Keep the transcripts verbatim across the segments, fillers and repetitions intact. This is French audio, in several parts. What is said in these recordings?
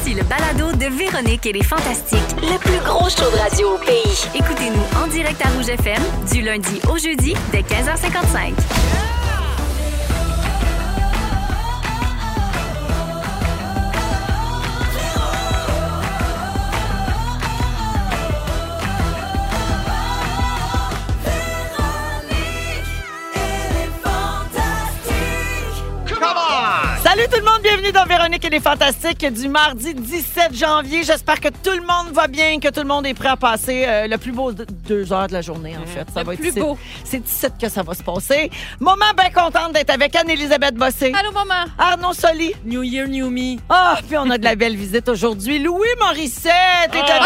Voici le balado de Véronique et les Fantastiques. Le plus gros show de radio au pays. Écoutez-nous en direct à Rouge F M du lundi au jeudi dès quinze heures cinquante-cinq. Salut tout le monde, bienvenue dans Véronique et les Fantastiques du mardi dix-sept janvier. J'espère que tout le monde va bien, que tout le monde est prêt à passer euh, le plus beau de deux heures de la journée, en fait. Ça le va plus être beau. C'est dix-sept que ça va se passer. Moment bien contente d'être avec Anne-Élisabeth Bossé. Allô, maman. Arnaud Soli. New Year, new me. Ah, puis on a de la belle visite aujourd'hui. Louis Morissette est avec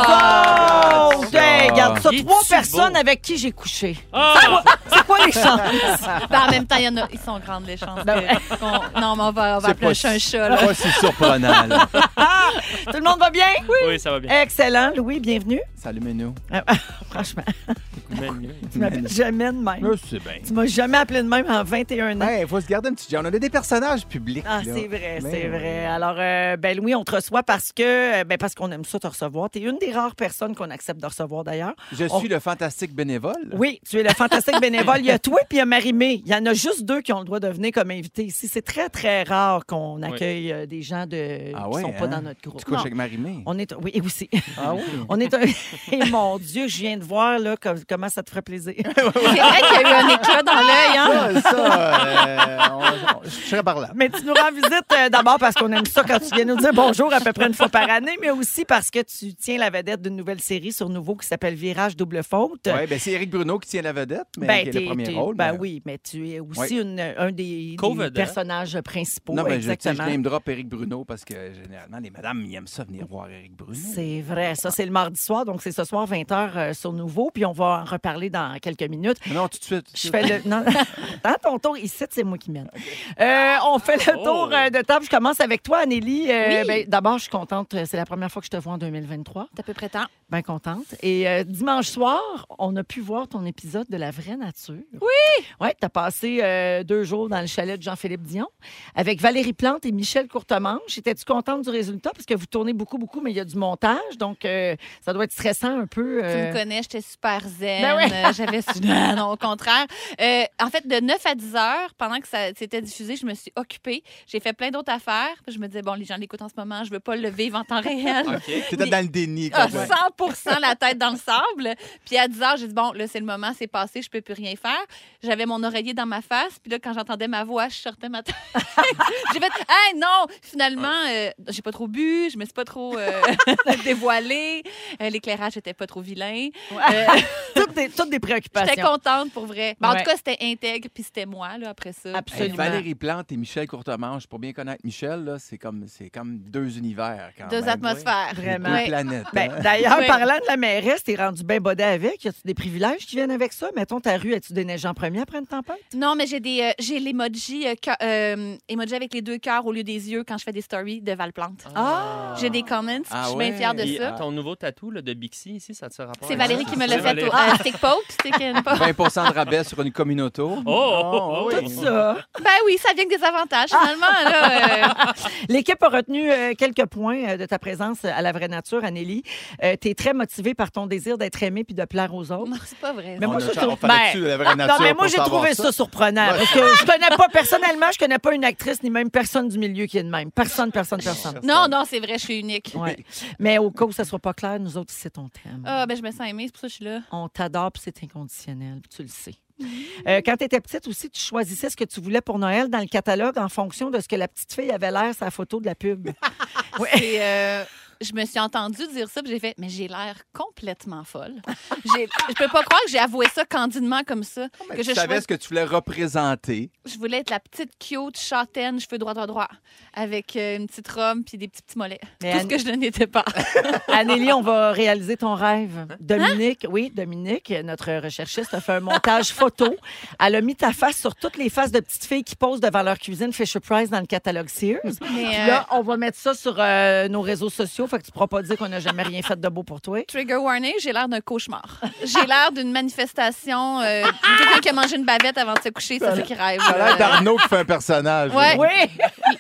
Ah! nous autres. Hey, regarde ça, Il trois est-tu personnes beau? avec qui j'ai couché. Ah! C'est quoi- C'est quoi les chances? Ben, en même temps, il y en a. Ils sont grandes, les chances. Ben ouais. que- qu'on- non, mais on va, on va C'est appeler pas un chat un si- chat, là. Pas si surprenant, là. Tout le monde va bien? Oui, ça va bien. Excellent. Louis, bienvenue. Salut, Menou. Franchement, Menu. tu m'appelles jamais de même. Là, c'est bien. Tu m'as jamais appelé de même en vingt et un ans. Il faut se garder un petit genre. On a des personnages publics. Ah, là. c'est vrai, Ben c'est oui. vrai. Alors, euh, ben Louis, on te reçoit parce que, ben parce qu'on aime ça te recevoir. Tu es une des rares personnes qu'on accepte de recevoir, d'ailleurs. Je On- suis le fantastique bénévole. Oui, tu es le fantastique bénévole. Il y a toi et il y a Marie-Mé. Il y en a juste deux qui ont le droit de venir comme invité ici. C'est très, très rare qu'on accueille euh, des gens de... Ah qui ouais, sont pas hein? dans notre groupe. Tu couches Non. avec Marie-Mé. On est... Oui, aussi. Ah oui? On est un... Et mon Dieu, je viens de voir là, comme- comment ça te ferait plaisir. C'est vrai qu'il y a eu un éclat dans l'œil, hein? Ça, ça euh, on- on- je serais par là. Mais tu nous rends visite euh, d'abord parce qu'on aime ça quand tu viens nous dire bonjour à peu près une fois par année, mais aussi parce que tu tiens la vedette d'une nouvelle série sur Nouveau qui s'appelle Virage Double Faute. Oui, ben c'est Éric Bruno qui tient la vedette, mais Ben, qui est t'es- le premier t'es- rôle. ben mais- oui, mais tu es aussi Ouais. une- un des, des Co-vedette. personnages principaux. Non, mais je, tu sais, je exactement. name drop Éric Bruno parce que généralement, les madames, ils aiment ça venir voir Éric Bruno. C'est vrai, ça c'est le mardi soir, donc c'est ce soir vingt heures sur Nouveau, puis on va en reparler dans quelques minutes. Non, tout de suite. tout de Je suite. fais le. Non, dans ton tour, ici, c'est moi qui mène. Euh, on fait le tour Oh. euh, de table. Je commence avec toi, Anneli. Euh, Oui. ben, d'abord, je suis contente. C'est la première fois que je te vois en deux mille vingt-trois. C'est à peu près temps. Bien contente. Et euh, dimanche soir, on a pu voir ton épisode de La vraie nature. Oui! Oui, tu as passé euh, deux jours dans le chalet de Jean-Philippe Dion avec Valérie Plante et Michel Courtemanche. Étais-tu contente du résultat? Parce que vous tournez beaucoup, beaucoup, mais il y a du montage. Donc, euh, ça doit être stressant un peu. Tu euh. me connais, j'étais super zen. Ben ouais. euh, J'avais. Non, non, au contraire. Euh, en fait, de neuf à dix heures, pendant que ça s'était diffusé, je me suis occupée. J'ai fait plein d'autres affaires. Puis je me disais, bon, les gens l'écoutent en ce moment, je veux pas le vivre en temps réel. T'étais dans le déni. Ah, complet. cent pour cent la tête dans le sable. Puis à dix heures, j'ai dit, bon, là, c'est le moment, c'est passé, je peux plus rien faire. J'avais mon oreiller dans ma face. Puis là, quand j'entendais ma voix, je sortais ma tête. J'ai fait, hey, non! Finalement, euh, j'ai pas trop bu, je me suis pas trop euh, dévoilée. Euh, l'éclairage était pas trop vilain. Euh, toutes, des, toutes des préoccupations. J'étais contente pour vrai. Ben, En Ouais. tout cas, c'était intègre, puis c'était moi, là, après ça. Hey, Absolument. Valérie Plante et Michel Courtemanche, pour bien connaître Michel, là, c'est comme, c'est comme deux univers. Quand Deux même, atmosphères. ouais. Vraiment. Deux Ouais. planètes. Ben, hein. D'ailleurs, Oui. parlant de la mairesse, t'es rendu bien bodé avec. Y a-tu des privilèges qui viennent avec ça? Mettons, ta rue, as-tu déneigé en premier après une tempête? Non, mais j'ai des euh, j'ai l'emoji euh, cœur- euh, emoji avec les deux cœurs au lieu des yeux quand je fais des stories de Valplante. Ah! J'ai des comments, Ah je suis bien ouais. fière de Puis, ça. ton nouveau tatou là, de Bixi ici, ça te rapport C'est avec Valérie ça? qui me C'est l'a fait au Valérie. euh, Stick Poke. Stick and Poke. vingt pour cent de rabais sur une communauté. Oh, oh, oh, Tout ça. Ben oui, ça vient que des avantages, finalement. Là, euh. L'équipe a retenu euh, quelques points euh, de ta présence à la vraie nature, Anneli. Euh, tu es très motivée par ton désir d'être aimée puis de plaire aux autres. Non, c'est pas vrai. Mais On moi, a- je on trouve... fallait-tu la vraie nature non, mais moi, pour j'ai savoir trouvé ça? ça, surprenant. Parce que je connais pas, personnellement, je connais pas une actrice ni même personne du milieu qui est de même. Personne, personne, personne. Non, non, c'est vrai, je suis unique. Ouais. Mais au cas où ça soit pas clair, nous autres, c'est ton thème. Ah, ben je me sens aimée, c'est pour ça que je suis là. On t'adore, puis c'est inconditionnel, puis tu le sais. Euh, quand tu étais petite aussi, tu choisissais ce que tu voulais pour Noël dans le catalogue en fonction de ce que la petite fille avait l'air sa photo de la pub. Ouais. Et euh, je me suis entendue dire ça, puis j'ai fait, mais j'ai l'air complètement folle. J'ai- Je peux pas croire que j'ai avoué ça candidement comme ça. Mais que tu je, savais choisis- ce que tu voulais représenter. je voulais être la petite cute, châtaine, cheveux droit, droit, droit, avec euh, une petite robe puis des petits petits mollets. Mais Tout ce Anne- que je ne n'étais pas. Anneli, on va réaliser ton rêve. Dominique, oui, Dominique, notre recherchiste, a fait un montage photo. Elle a mis ta face sur toutes les faces de petites filles qui posent devant leur cuisine Fisher-Price dans le catalogue Sears. Mais, Puis euh, là, on va mettre ça sur euh, nos réseaux sociaux. Fait que tu ne pourras pas dire qu'on n'a jamais rien fait de beau pour toi. Trigger warning, j'ai l'air d'un cauchemar. J'ai l'air d'une manifestation, euh, de quelqu'un qui a mangé une bavette avant de se coucher, c'est ça qui rêve. Ça a l'air Euh, d'Arnaud qui fait un personnage. Ouais. là. Oui!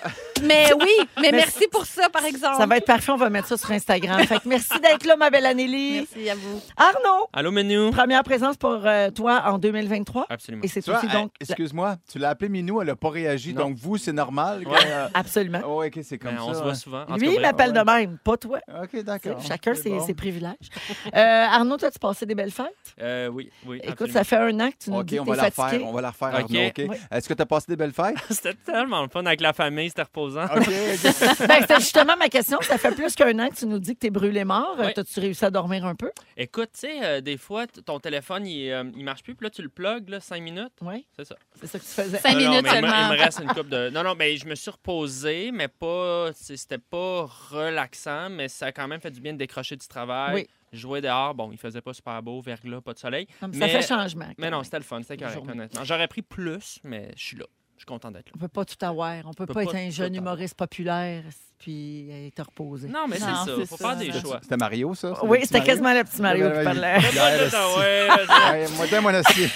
Mais oui, mais, Mais merci pour ça, par exemple. Ça va être parfait, on va mettre ça sur Instagram. Fait que merci d'être là, ma belle Anneli. Merci à vous. Arnaud, Allô, Menu? première présence pour euh, toi en deux mille vingt-trois. Absolument. Et c'est Tu vois, aussi hey, donc... excuse-moi, tu l'as appelée Minou, elle n'a pas réagi. Non. Donc, vous, c'est normal. que, Ouais. euh, Absolument. oh, OK, c'est comme Ben, ça. on se ouais. voit souvent. En tout Lui, cas, il bref. m'appelle ouais. de même, pas toi. OK, d'accord. Chacun C'est ses, bon. ses privilèges. Euh, Arnaud, toi, tu passais des belles fêtes? Euh, oui, oui. Écoute, absolument. ça fait un an que tu nous OK, dis on que va t'es la fatigué. refaire. On va la refaire, OK. Arnaud. OK? Oui. Est-ce que tu as passé des belles fêtes? C'était tellement le fun avec la famille, c'était reposant. OK. OK. Ben, c'était justement ma question. Ça fait plus qu'un an que tu nous dis que t'es brûlé mort. Oui. T'as-tu réussi à dormir un peu? Écoute, tu sais, euh, des fois, t- ton téléphone, il, euh, il marche plus, puis là, tu le plugues, là, cinq minutes. Oui. C'est ça. C'est ça que tu faisais. Cinq Non, non, minutes mais il me- seulement. Il me reste une coupe de. Non, non, mais je me suis reposé, mais pas. c'est- C'était pas relaxant, mais ça a quand même fait du bien de décrocher du travail. Oui. Jouer dehors, bon, il faisait pas super beau, verglas, pas de soleil. Non, mais Mais- Ça fait changement. Mais non, c'était le fun, c'était Une correct, journée. honnêtement. J'aurais pris plus, mais je suis là. Je suis content d'être là. On peut pas tout avoir. On peut On peut pas être pas un tout jeune avoir. humoriste populaire puis être reposé. Non, mais c'est Non, ça. c'est Faut ça, faire des non. choix. C'était Mario, ça? Oui, le petit c'était Mario? quasiment le petit Mario qui parlait. Regarde, Ah ouais, là, Ouais, moi, donne mon acier.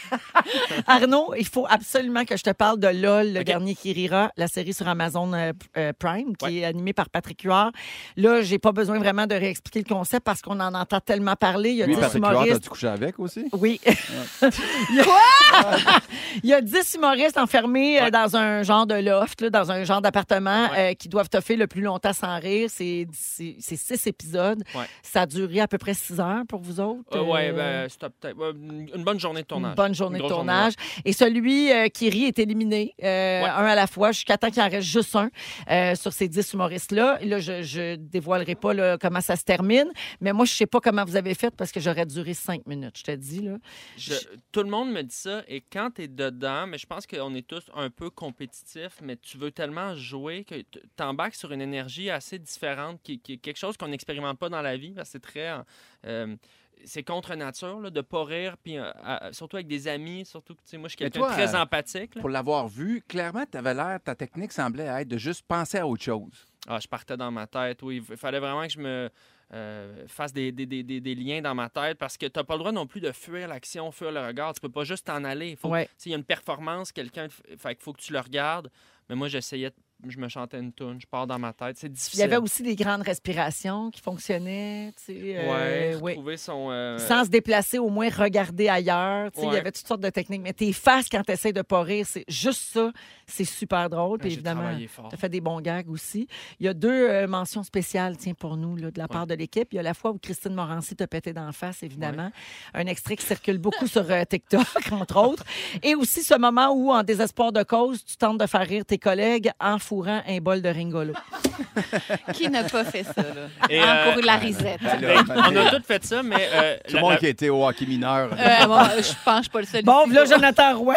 Arnaud, il faut absolument que je te parle de LOL, le OK. dernier qui rira, la série sur Amazon euh, euh, Prime, qui Ouais. est animée par Patrick Huard. Là, j'ai pas besoin vraiment de réexpliquer le concept parce qu'on en entend tellement parler. Il y a Oui, dix Patrick Huard, humoristes. t'as-tu couché avec aussi? Oui. Il y a- Il y a dix humoristes enfermés euh, Ouais. dans un genre de loft, là, dans un genre d'appartement euh, qui doivent toffer le plus longtemps sans rire. C'est c'est- c'est six épisodes. Ouais. Ça a duré à peu près six heures pour vous autres. Euh, ouais, Euh, ben, c'était peut-être ouais, une bonne journée de tournage. Une bonne journée Une de grosse tournage. Et celui euh, qui rit est éliminé, euh, Ouais. un à la fois, jusqu'à temps qu'il en reste juste un euh, sur ces dix humoristes-là. Et là, je ne dévoilerai pas là, comment ça se termine, mais moi, je ne sais pas comment vous avez fait parce que j'aurais duré cinq minutes, je te dis. Là. Je- tout le monde me dit ça, et quand tu es dedans, mais je pense qu'on est tous un peu compétitifs, mais tu veux tellement jouer que tu embarques sur une énergie assez différente, qui, qui est quelque chose qu'on n'expérimente pas dans la vie, parce que c'est très... euh, c'est contre nature là, de pas rire, puis euh, à- surtout avec des amis, surtout que tu sais, moi je suis Mais quelqu'un de toi, très euh, empathique. là. Pour l'avoir vu, clairement, tu avais l'air, ta technique semblait être de juste penser à autre chose. Ah, je partais dans ma tête, oui. Il fallait vraiment que je me euh, fasse des, des, des, des- des liens dans ma tête parce que tu n'as pas le droit non plus de fuir l'action, fuir le regard. Tu peux pas juste t'en aller. Il faut, Ouais. s'il y a une performance, quelqu'un, fait qu'il faut que tu le regardes. Mais moi, j'essayais, de- je me chantais une toune, je pars dans ma tête. C'est Il difficile. y avait aussi des grandes respirations qui fonctionnaient. Tu sais, euh, Ouais, oui. retrouver son... euh, Sans se déplacer, au moins regarder ailleurs. Tu sais, Il y Ouais. avait toutes sortes de techniques. Mais tes faces, quand tu essaies de pas rire, c'est juste ça. C'est super drôle. Puis j'ai évidemment, travaillé fort. tu as fait des bons gags aussi. Il y a deux euh, mentions spéciales tiens, pour nous là, de la part de l'équipe. Il y a la fois où Christine Morancy t'a pété d'en face, évidemment. Un extrait qui circule beaucoup sur euh, TikTok, entre autres. Et aussi ce moment où, en désespoir de cause, tu tentes de faire rire tes collègues en fourrant un bol de Ringolo. Qui n'a pas fait ça, là? Et, Encore euh, la risette. Ben, on a tous fait ça, mais... euh, Tout le la- monde la- qui était au hockey mineur. Euh, bon, je pense que je suis pas le seul. Bon, ici, là, là. Jonathan Roy.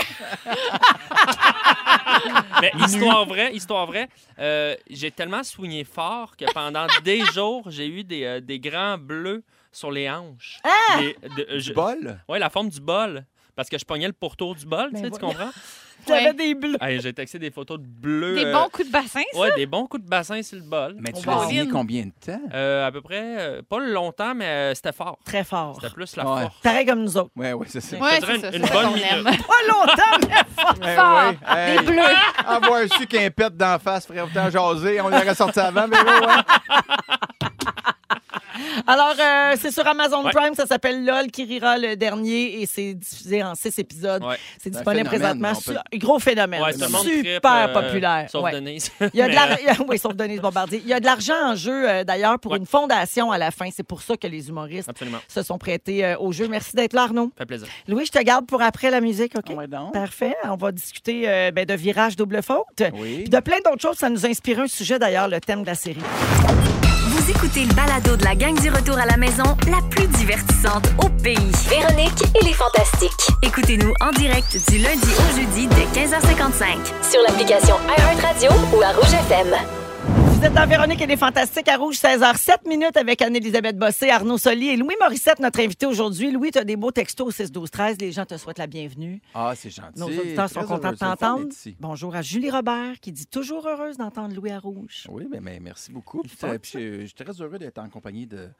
Mais histoire vraie, histoire vraie, euh, j'ai tellement soigné fort que pendant des jours, j'ai eu des, euh, des grands bleus sur les hanches. Ah! Des- de- euh, je- Du bol? Ouais, la forme du bol. Parce que je pognais le pourtour du bol, Ben tu sais, tu voilà. comprends? T'avais Ouais. des bleus. Hey, j'ai texté des photos de bleus. Des euh, bons coups de bassin, ça? Ouais, des bons coups de bassin sur le bol. Mais tu On va l'as signé en- combien de temps? Euh, à peu près, euh, pas longtemps, mais euh, c'était fort. Très fort. C'était plus la Ouais. force. Pareil comme nous autres. Oui, oui, c'est ça. Ouais, Je te dirais c'est ça. une- C'est une ça bonne qu'on aime. Pas longtemps, mais fort. Eh Fort. oui, hey, Des bleus. avoir su qu'un pet d'en face ferait autant jaser, on l'aurait sorti avant, mais oui, ouais. Alors, euh, c'est sur Amazon Ouais. Prime, ça s'appelle LOL qui rira le dernier et c'est diffusé en six épisodes. Ouais. C'est un disponible phénomène, présentement. on peut- sur- Gros phénomène. Ouais, tout le monde Super trippe, euh, populaire. Sauf Ouais. Denise. Il y a de Mais, l'argent, oui, sauf Denise Bombardier. Il y a de l'argent en jeu, euh, d'ailleurs, pour Ouais. une fondation à la fin. C'est pour ça que les humoristes Absolument. se sont prêtés euh, au jeu. Merci d'être là, Arnaud. Ça fait plaisir. Louis, je te garde pour après la musique, OK? Ouais, donc. Parfait. On va discuter euh, ben, de virage double faute. Oui. Puis de plein d'autres choses. Ça nous a inspiré un sujet, d'ailleurs, le thème de la série. Vous écoutez le balado de la gang du retour à la maison, la plus divertissante au pays. Véronique et les Fantastiques. Écoutez-nous en direct du lundi au jeudi dès quinze heures cinquante-cinq. Sur l'application iHeartRadio ou à Rouge F M. Vous êtes dans Véronique et les Fantastiques à Rouge, seize heures sept minutes avec Anne-Élisabeth Bossé, Arnaud Soli et Louis Morissette, notre invité aujourd'hui. Louis, tu as des beaux textos au six douze treize. Les gens te souhaitent la bienvenue. Ah, c'est gentil. Nos auditeurs sont Très contents heureux, de c'est le fun t'entendre. d'être ici. Bonjour à Julie Robert qui dit toujours heureuse d'entendre Louis à Rouge. Oui, mais, mais merci beaucoup. Puis, fun, euh, puis, je, je suis très heureux d'être en compagnie de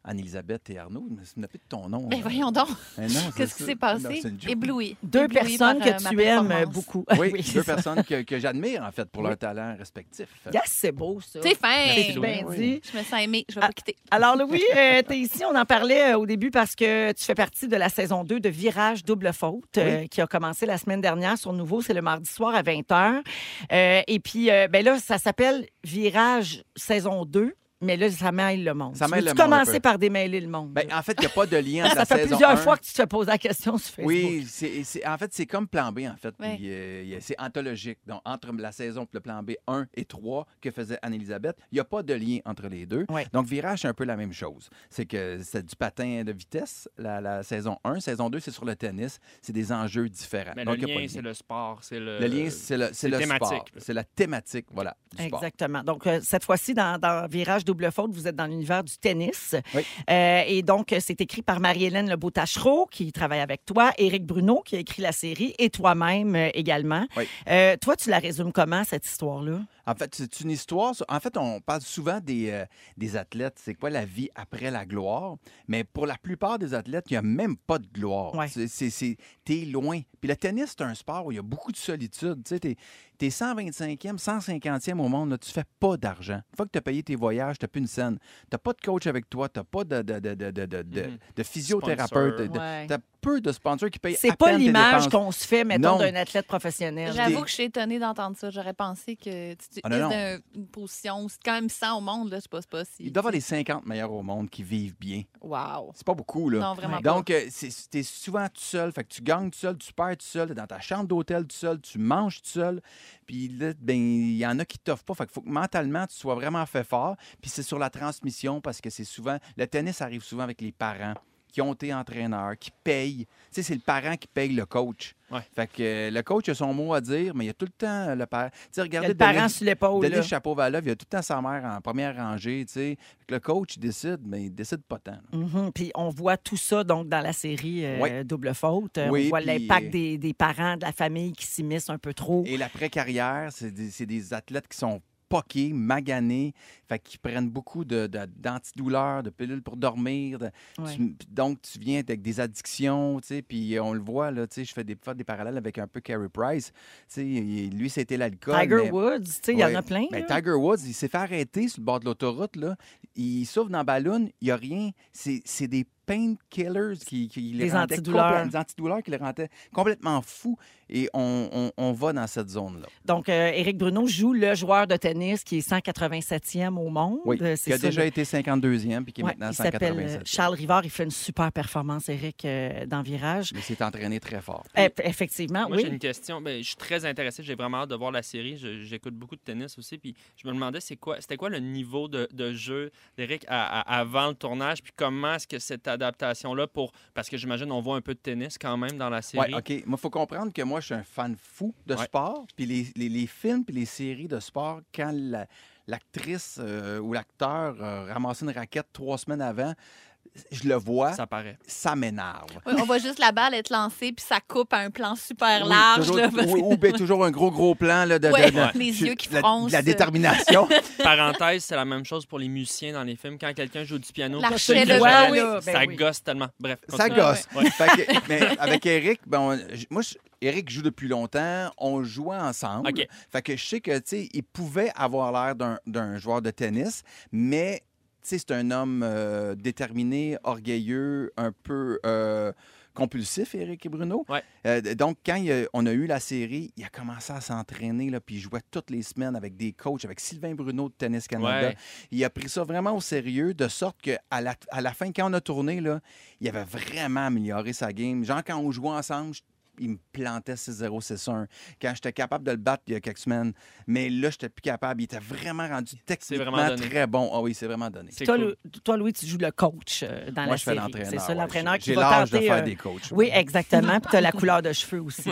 Anne-Élisabeth et Arnaud. Je me souviens plus de ton nom. Ben euh. voyons donc. Ben non, c'est Qu'est-ce qui ça. s'est passé? Non, c'est une joke. Ébloui. Deux Ébloui personnes par, euh, que ma tu aimes performance. beaucoup. Oui, Oui, deux c'est ça. personnes que, que j'admire, en fait, pour Oui. leurs talents respectifs. Yes, c'est beau, ça. C'est fin. C'est Louis. bien Oui. dit. Je me sens aimée. Je vais Ah. pas quitter. Alors, Louis, euh, tu es ici. On en parlait euh, au début parce que tu fais partie de la saison deux de Virage Double Faute euh, qui a commencé la semaine dernière sur Nouveau. C'est le mardi soir à vingt heures. Euh, et puis, euh, ben là, ça s'appelle Virage saison deux. Mais là, ça mêle le monde. Ça Tu mêle veux-tu le monde un commencer peu. par démêler le monde? Ben, là? en fait, il n'y a pas de lien entre ça la fait saison plusieurs un. fois que tu te fais poser la question sur Facebook. Oui, c'est, c'est- en fait, c'est comme plan B, en fait. Ouais. Puis, euh, y a- c'est anthologique. Donc, entre la saison et le plan B un et trois que faisait Anne-Élisabeth, il n'y a pas de lien entre les deux. Ouais. Donc, Virage, c'est un peu la même chose. C'est que c'est du patin de vitesse, la, la saison un. Saison deux, c'est sur le tennis. C'est des enjeux différents. Mais Donc, le il y a pas lien, de c'est le sport. C'est le, Le lien, c'est le, c'est c'est le thématique. sport. C'est la thématique, voilà, du sport. Exactement. Donc, euh, cette fois-ci, dans, dans Virage Double Faute, vous êtes dans l'univers du tennis. Oui. Euh, et donc, euh, c'est écrit par Marie-Hélène Lebeau-Tachereau, qui travaille avec toi, Éric Bruno, qui a écrit la série, et toi-même euh, également. Oui. Euh, toi, tu la résumes comment, cette histoire-là? En fait, c'est une histoire. sur- En fait, on parle souvent des, euh, des athlètes. C'est quoi la vie après la gloire? Mais pour la plupart des athlètes, il n'y a même pas de gloire. Ouais. C'est, c'est, c'est- t'es loin. Puis le tennis, c'est un sport où il y a beaucoup de solitude. Tu sais, t'es, t'es cent vingt-cinquième, cent cinquantième au monde. Là, tu fais pas d'argent. Une fois que tu as payé tes voyages, tu n'as plus une scène. Tu n'as pas de coach avec toi. Tu n'as pas de, de, de, de, de, de, de- Mhm. de physiothérapeute. Sponsor. de- Ouais. Tu as peu de sponsors qui payent C'est à pas peine tes l'image dépenses. qu'on se fait, mettons, Non. d'un athlète professionnel. J'avoue que je suis étonnée d'entendre ça. J'aurais pensé que tu tu Ah, non, non. es dans une position où c'est quand même cent au monde, là, je sais pas si. Il doit y avoir les cinquante meilleurs au monde qui vivent bien. Wow. C'est pas beaucoup, là. Non, vraiment Ouais. pas. Donc, euh, c'est- t'es souvent tout seul. Fait que tu gagnes tout seul, tu perds tout seul, t'es dans ta chambre d'hôtel tout seul, tu manges tout seul. Puis là, ben, il y en a qui t'offrent pas. Fait qu'il faut que mentalement, tu sois vraiment fait fort. Puis c'est sur la transmission parce que c'est souvent... Le tennis arrive souvent avec les parents qui ont été entraîneurs, qui payent. Tu sais, c'est le parent qui paye le coach. Ouais. Fait que euh, le coach a son mot à dire, mais il y a tout le temps euh, le père. Tu sais, Il y a regardez le parent Denis- sur l'épaule. Denis là. Chapeau-Valov, il y a tout le temps sa mère en première rangée, tu sais. Fait que le coach, il décide, mais il décide pas tant. là. Mhm. Puis on voit tout ça donc dans la série euh, Oui. Double Faute. Euh, Oui, on voit puis, l'impact euh, des, des parents, de la famille qui s'immiscent un peu trop. Et l'après-carrière, c'est des, c'est des athlètes qui sont poqués, maganés, fait qu'ils prennent beaucoup de, de- d'antidouleurs, de pilules pour dormir. de- Ouais. tu- donc, tu viens avec des addictions, tu sais, puis on le voit, là, tu sais, je fais des fois des parallèles avec un peu Carey Price. Tu sais, il- lui, c'était l'alcool. Tiger mais- Woods, tu sais, il y en Ouais. a plein. Mais là. Tiger Woods, il s'est fait arrêter sur le bord de l'autoroute, là. Il souffle dans la balloune, il n'y a rien. C'est, c'est des painkillers qui, qui les Des rendaient antidouleurs. complè- des antidouleurs qui les rendaient complètement fous. Et on, on- on va dans cette zone-là. Donc, euh, Éric Bruno joue le joueur de tennis qui est cent quatre-vingt-septième au monde. Oui, Euh, qui c'est a ça, déjà le- été cinquante-deuxième puis qui est Ouais, maintenant il s'appelle euh, cent quatre-vingt-sept. Charles Rivard. Il fait une super performance, Éric, euh, dans Virage. Il s'est entraîné très fort. Eh, effectivement, Moi, oui. j'ai une question. Ben, je suis très intéressé. J'ai vraiment hâte de voir la série. Je- j'écoute beaucoup de tennis aussi. Puis je me demandais, c'est quoi, c'était quoi le niveau de, de jeu d'Éric à- à- avant le tournage? Puis comment est-ce que cette adaptation-là pour. Parce que j'imagine on voit un peu de tennis quand même dans la série. Oui, OK. Moi, il faut comprendre que moi, je suis un fan fou de Ouais. sport. Puis les, les- les films puis les séries de sport, quand la- l'actrice euh, ou l'acteur euh, ramasse une raquette trois semaines avant, je le vois, ça, Ça paraît. m'énerve. Oui, on voit juste la balle être lancée, puis ça coupe à un plan super Oui, large. toujours- là, parce ou, ou bien toujours un gros, gros plan là, de, de- Ouais, de- les je- yeux qui la- froncent. La, détermination. Parenthèse, c'est la même chose pour les musiciens dans les films. Quand quelqu'un joue du piano, La ça, chaîne ça- de voix, oui. là, ben ça oui. gosse tellement. Bref. Ça continue. gosse. Ouais. Fait que- mais avec Eric, ben, on- j- moi, je- Eric joue depuis longtemps. On jouait ensemble. OK. Fait que je sais que, tu sais, il pouvait avoir l'air d'un- d'un joueur de tennis, mais, tu sais, c'est un homme euh, déterminé, orgueilleux, un peu euh, compulsif, Eric et Bruno. Ouais. Euh, donc, quand il a- on a eu la série, il a commencé à s'entraîner, là, puis il jouait toutes les semaines avec des coachs, avec Sylvain Bruno de Tennis Canada. Ouais. Il a pris ça vraiment au sérieux, de sorte qu'à la, à la fin, quand on a tourné, là, il avait vraiment amélioré sa game. Genre, quand on jouait ensemble, je- il me plantait six zéro, six un. Quand j'étais capable de le battre il y a quelques semaines, mais là, j'étais plus capable. Il était vraiment rendu techniquement vraiment donné. très bon. Ah oui, c'est vraiment donné. C'est Toi, cool. Lou- toi, Louis, tu joues le coach euh, dans Moi, la je fais série. l'entraîneur. C'est ça, ouais. l'entraîneur J'ai- qui J'ai va l'âge de tenter... faire euh, des coachs. Oui, exactement. Puis tu as la couleur de cheveux aussi.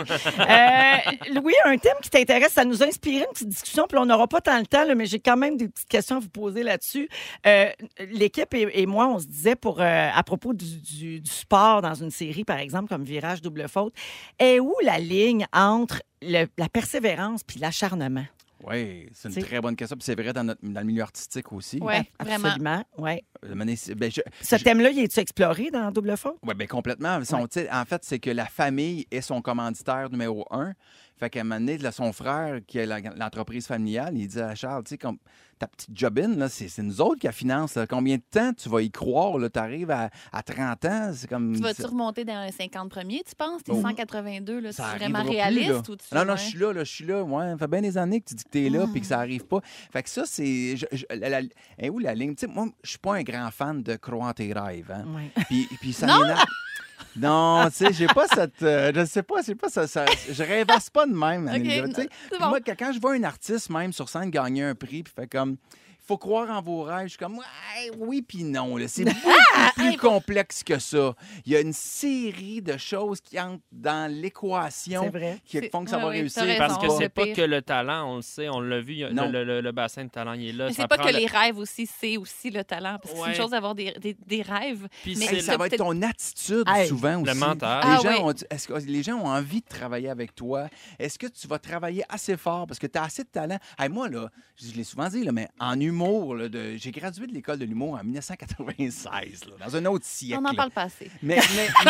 Euh, Louis, un thème qui t'intéresse, ça nous a inspiré une petite discussion, puis on n'aura pas tant le temps, là, mais j'ai quand même des petites questions à vous poser là-dessus. Euh, L'équipe et, et moi, on se disait pour euh, à propos du, du- du sport dans une série, par exemple, comme Virage Double Faute, est où la ligne entre le- la persévérance puis l'acharnement? Oui, c'est une T'sais. très bonne question. Puis c'est vrai dans, notre, dans le milieu artistique aussi. Ouais, vraiment. Absolument, oui. Euh, Mané, c'est- ben, je- Ce je- thème-là, il est-tu exploré dans Double Faute? Oui, bien complètement. Son, Ouais. tu sais, En fait, c'est que la famille est son commanditaire numéro un. Fait qu'à un moment donné, là, son frère, qui a la- l'entreprise familiale, il dit à Charles, tu sais, comme ta petite jobine, là, c'est, c'est nous autres qui la finance. là. Combien de temps tu vas y croire? Tu arrives à, à trente ans, c'est comme... Tu vas-tu remonter dans les cinquante premiers, tu penses? T'es Oh. cent quatre-vingt-deux, là, c'est Ça vraiment arrivera plus, réaliste? là. Ou tu... Non, non, ouais. je suis là, là, je suis là. Ouais, ça fait bien des années que tu dis que tu es là Mm. puis que ça arrive pas. Fait que ça, c'est... je- je- la- la- hein, où la ligne? Tu sais, moi, je suis pas un grand fan de croire en tes rêves. Hein? Oui. Puis, puis ça Non? m'énerve. Non, tu sais, j'ai pas cette... euh, je sais pas, c'est pas ça, ça- je rêvasse pas de même, Anneli, OK, là, tu sais. c'est Puis bon. Moi, que- quand je vois un artiste même sur scène gagner un prix, puis fait comme... Il faut croire en vos rêves. Je suis comme, ouais, oui, puis non. là. C'est beaucoup plus hey, complexe que ça. Il y a une série de choses qui entrent dans l'équation C'est vrai. qui C'est- font que ça ouais, va ouais, réussir. t'as raison. Parce que Non. c'est Le pas pire. que le talent, on le sait, on l'a vu, il y a- Non. le, le- le bassin de talent, il est là. Mais ça c'est pas prend que le- les rêves aussi, c'est aussi le talent. Parce que c'est Ouais. une chose d'avoir des, des, des rêves. Puis mais Hey, c'est ça t'as va être peut-être- ton attitude Hey, souvent le aussi. mental. Les, Ah gens oui. ont, est-ce que les gens ont envie de travailler avec toi? Est-ce que tu vas travailler assez fort parce que tu as assez de talent? Hey, moi, là, je l'ai souvent dit, là, mais en humour, là, de, j'ai gradué de l'école de l'humour en dix-neuf cent quatre-vingt-seize, là, dans un autre siècle. On n'en là. parle pas assez. Mais, mais- mais-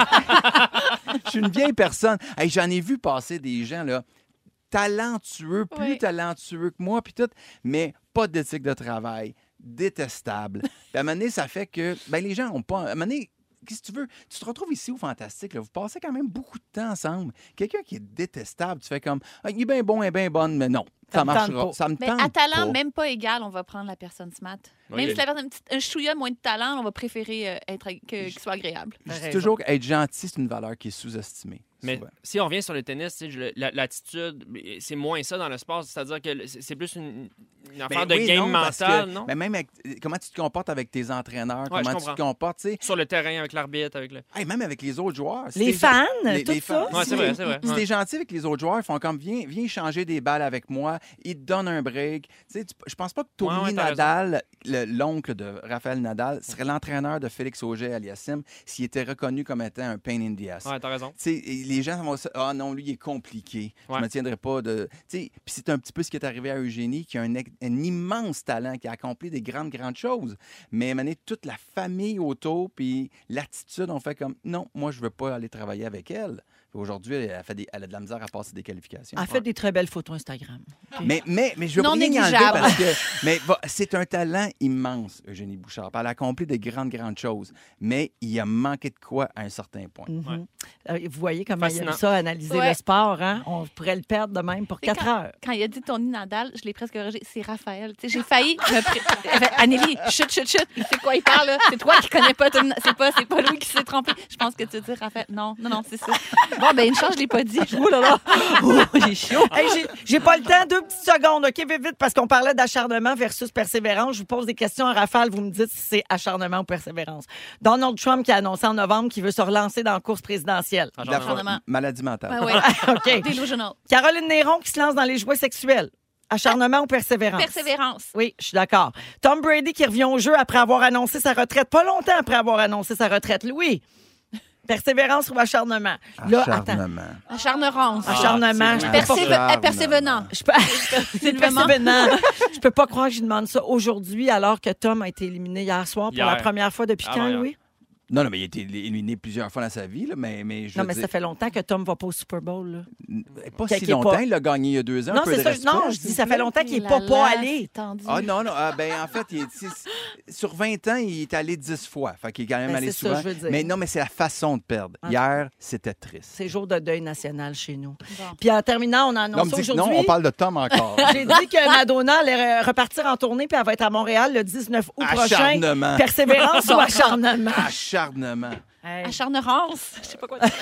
je suis une vieille personne. Hey, j'en ai vu passer des gens, là, talentueux, plus Oui. talentueux que moi, puis tout, mais pas d'éthique de travail, détestable. Puis à un moment donné, ça fait que ben, les gens n'ont pas... À un moment donné, qu'est-ce que tu veux? Tu te retrouves ici au Fantastique, là, vous passez quand même beaucoup de temps ensemble. Quelqu'un qui est détestable, tu fais comme, ah, il est bien bon, il est bien bonne, mais non, Ça ça me tente marchera. pas. Ça me Mais tente à talent, pas. même pas égal, on va prendre la personne smart. Oui. Même si la personne a un, petit, un chouïa moins de talent, on va préférer euh, être, que- qu'il soit agréable. Je T'as dis raison. toujours qu'être gentil, c'est une valeur qui est sous-estimée. Mais souvent. si on revient sur le tennis, tu sais, je- la- l'attitude, c'est moins ça dans le sport. C'est-à-dire que c'est c'est plus une, une affaire Ben de oui, game non, parce mental, que- non? ben même avec- comment tu te comportes avec tes entraîneurs, Ouais, je comment tu te comprends. comportes, tu sais. Sur le terrain, avec l'arbitre, avec le... Hey, même avec les autres joueurs. Si Les t'es- fans, les- tout les ça. fans. Ouais, Si c'est vrai, t'es- c'est vrai. Si Ouais. t'es gentil avec les autres joueurs, ils font comme, viens, viens échanger des balles avec moi, ils te donnent un break. Tu sais, tu- je pense pas que Tony Ouais, ouais, t'as Nadal, le- l'oncle de Raphaël Nadal, serait l'entraîneur de Félix Auger-Aliassime s'il était reconnu comme étant un pain in the ass. Ouais, t'as raison. Tu sais, et les gens vont se ah non, lui, il est compliqué. Je Ouais. me tiendrai pas de. Tu sais, puis c'est un petit peu ce qui est arrivé à Eugénie, qui a un, ex- un immense talent, qui a accompli des grandes, grandes choses. Mais à un moment donné, toute la famille autour, puis l'attitude, on fait comme non, moi, je veux pas aller travailler avec elle. Puis aujourd'hui, elle a, fait des- elle a de la misère à passer des qualifications. Elle fait des très belles photos Instagram. OK. Mais, mais, mais je veux Non rien y enlever négligeable. parce que mais va- c'est un talent immense, Eugénie Bouchard. Elle a accompli de grandes, grandes choses. Mais il a manqué de quoi à un certain point. Mhm. Ouais. Euh, Vous voyez comment il aime Fascinant. ça, analyser Ouais. le sport. Hein? On pourrait le perdre de même pour C'est quatre heures. Quand il a dit Tony Nadal, je l'ai presque corrigé. C'est Raphaël. Tu sais, j'ai failli. me pré- Elle fait, Anneli, chut, chut, chut. Il sait de quoi il parle, là. C'est toi qui connais pas Tony. C'est pas, c'est pas lui qui s'est trompé. Je pense que tu dis Raphaël. Non, non, non, c'est ça. Bon, ben, une chance, je l'ai pas dit. Oh là là. Oh, j'ai chaud. Hey, j'ai- j'ai pas le temps, deux petites secondes, OK, vite, vite, parce qu'on parlait d'acharnement versus persévérance. Je vous pose des questions à Rafale, vous me dites si c'est acharnement ou persévérance. Donald Trump qui a annoncé en novembre qu'il veut se relancer dans la course présidentielle. Ah, La genre, fois- Acharnement. maladie mentale. Ouais, ouais. OK. Delusional. Caroline Néron qui se lance dans les jouets sexuels. Acharnement ou persévérance? Persévérance. Oui, je suis d'accord. Tom Brady qui revient au jeu après avoir annoncé sa retraite, pas longtemps après avoir annoncé sa retraite. Louis, persévérance ou acharnement? Là, attends. Acharnement. Acharnerance. Ah, Acharnement. c'est je vrai. peux pas- Perséve- Acharnement. euh, Persévenant. Je peux... C'est vraiment. Persévérant. Je peux pas croire que je demande ça aujourd'hui alors que Tom a été éliminé hier soir pour Hier. la première fois depuis Ah, quand, ouais, Louis? Non, non, mais il a été éliminé plusieurs fois dans sa vie, là, mais, mais je Non, veux mais dire, ça fait longtemps que Tom va pas au Super Bowl. Là. pas Qu'il- si qu'il est longtemps. pas- Il l'a gagné il y a deux ans. Non, un peu c'est de ça. respect, Non, je s'il dis vous ça plaît. fait longtemps qu'il Oh est pas là pas là, allé. c'est tendu. Ah non, non. Ah, ben, en fait, il est, c'est- sur vingt ans, il est allé dix fois. Fait qu'il est quand même Ben, allé c'est ça, souvent. je veux dire. Mais non, mais c'est la façon de perdre. Ah. Hier, c'était triste. C'est jour de deuil national chez nous. Bon. Puis en terminant, on a Non, on me annoncé dit que non, aujourd'hui. on parle de Tom encore. J'ai dit que Madonna allait euh, repartir en tournée puis elle va être à Montréal le dix-neuf août prochain. Acharnement. Persévérance ou acharnement? Acharnement. Hey. Acharnerance. Je sais pas quoi dire.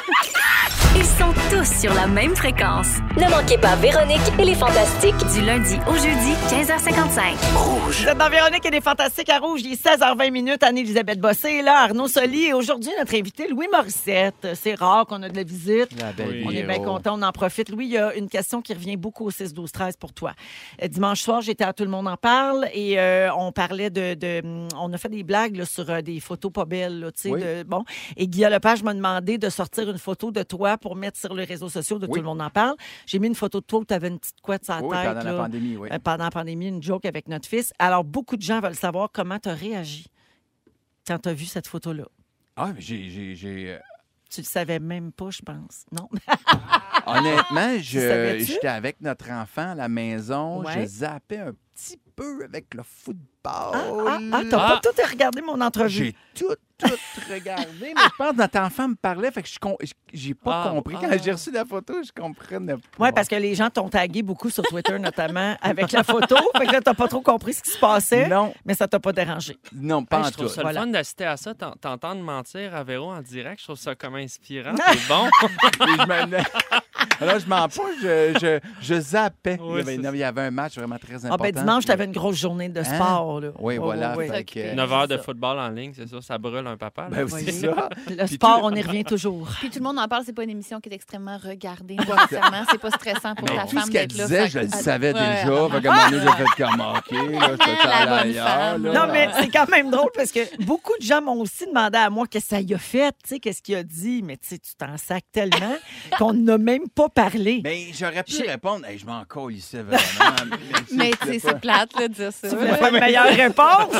Ils sont tous sur la même fréquence. Ne manquez pas Véronique et les Fantastiques du lundi au jeudi, quinze heures cinquante-cinq. Vous êtes dans Véronique et les Fantastiques à Rouge. Il est seize heures vingt minutes. Anne-Élisabeth Bossé est là, Arnaud Soli. Et aujourd'hui, notre invité, Louis Morissette. C'est rare qu'on a de la visite. La belle Oui. On est Véro. bien content, on en profite. Louis, il y a une question qui revient beaucoup au six douze treize pour toi. Euh, Dimanche soir, j'étais à Tout le monde en parle et euh, on parlait de, de- On a fait des blagues là, sur euh, des photos pas belles. Là, tu sais, Oui. de, bon. Et Guillaume Lepage m'a demandé de sortir une photo de toi pour mettre sur les réseaux sociaux, de Oui. tout le monde en parle. J'ai mis une photo de toi où tu avais une petite couette sur la Oui, tête. pendant la là. pandémie, oui. Euh, pendant la pandémie, une joke avec notre fils. Alors, beaucoup de gens veulent savoir comment tu as réagi quand tu as vu cette photo-là. Ah, mais j'ai... j'ai, j'ai, euh, Tu le savais même pas, je pense. Non? Honnêtement, je, savais-tu? j'étais avec notre enfant à la maison. Ouais. Je zappais un petit peu avec le football. Ah, ah, ah, t'as Ah. pas tout regardé mon entrevue. J'ai tout, tout regardé. Mais je pense que notre enfant me parlait, fait que je com- j'ai pas Ah, compris. Quand ah. j'ai reçu la photo, je comprenais pas. Oui, parce que les gens t'ont tagué beaucoup sur Twitter, notamment, avec la photo. Fait que là, t'as pas trop compris ce qui se passait, Non, mais ça t'a pas dérangé. non, pas Hey, en je trouve tout. ça Voilà. le fun d'assister à ça, t'en- t'entendre mentir à Véro en direct. Je trouve ça comme inspirant. C'est bon. Puis je me- Alors, je mens pas, je, je, je zappais. Oui, il, y avait, c'est non, il y avait un match vraiment très Ah, important. ben, dimanche, t'avais une grosse journée de sport. Là. Oui, Ouais, voilà. ouais, ouais. fait que- neuf heures de ça. football en ligne, c'est ça, ça brûle un papa. là. Ben, Oui. c'est ça. Le Puis sport, tout- on y revient toujours. Puis tout le monde en parle, c'est pas une émission qui est extrêmement regardée nécessairement. C'est pas stressant pour Mais ta tout femme ce qu'elle d'être là. disait, Fait je que- le savais Ouais, déjà. ouais, Fait qu'à un moment donné, j'ai fait comme OK, là, je peux La aller bonne ailleurs. femme. là. Non, mais c'est quand même drôle parce que beaucoup de gens m'ont aussi demandé à moi qu'est-ce que ça y a fait, tu sais, qu'est-ce qu'il a dit. Mais tu sais, tu t'en sacs tellement qu'on n'a même pas parlé. Mais j'aurais pu J'ai- répondre, hey, je m'en colle ici, vraiment. Mais tu sais, c'est plate là, de dire ça. Tu voulais pas une meilleure réponse?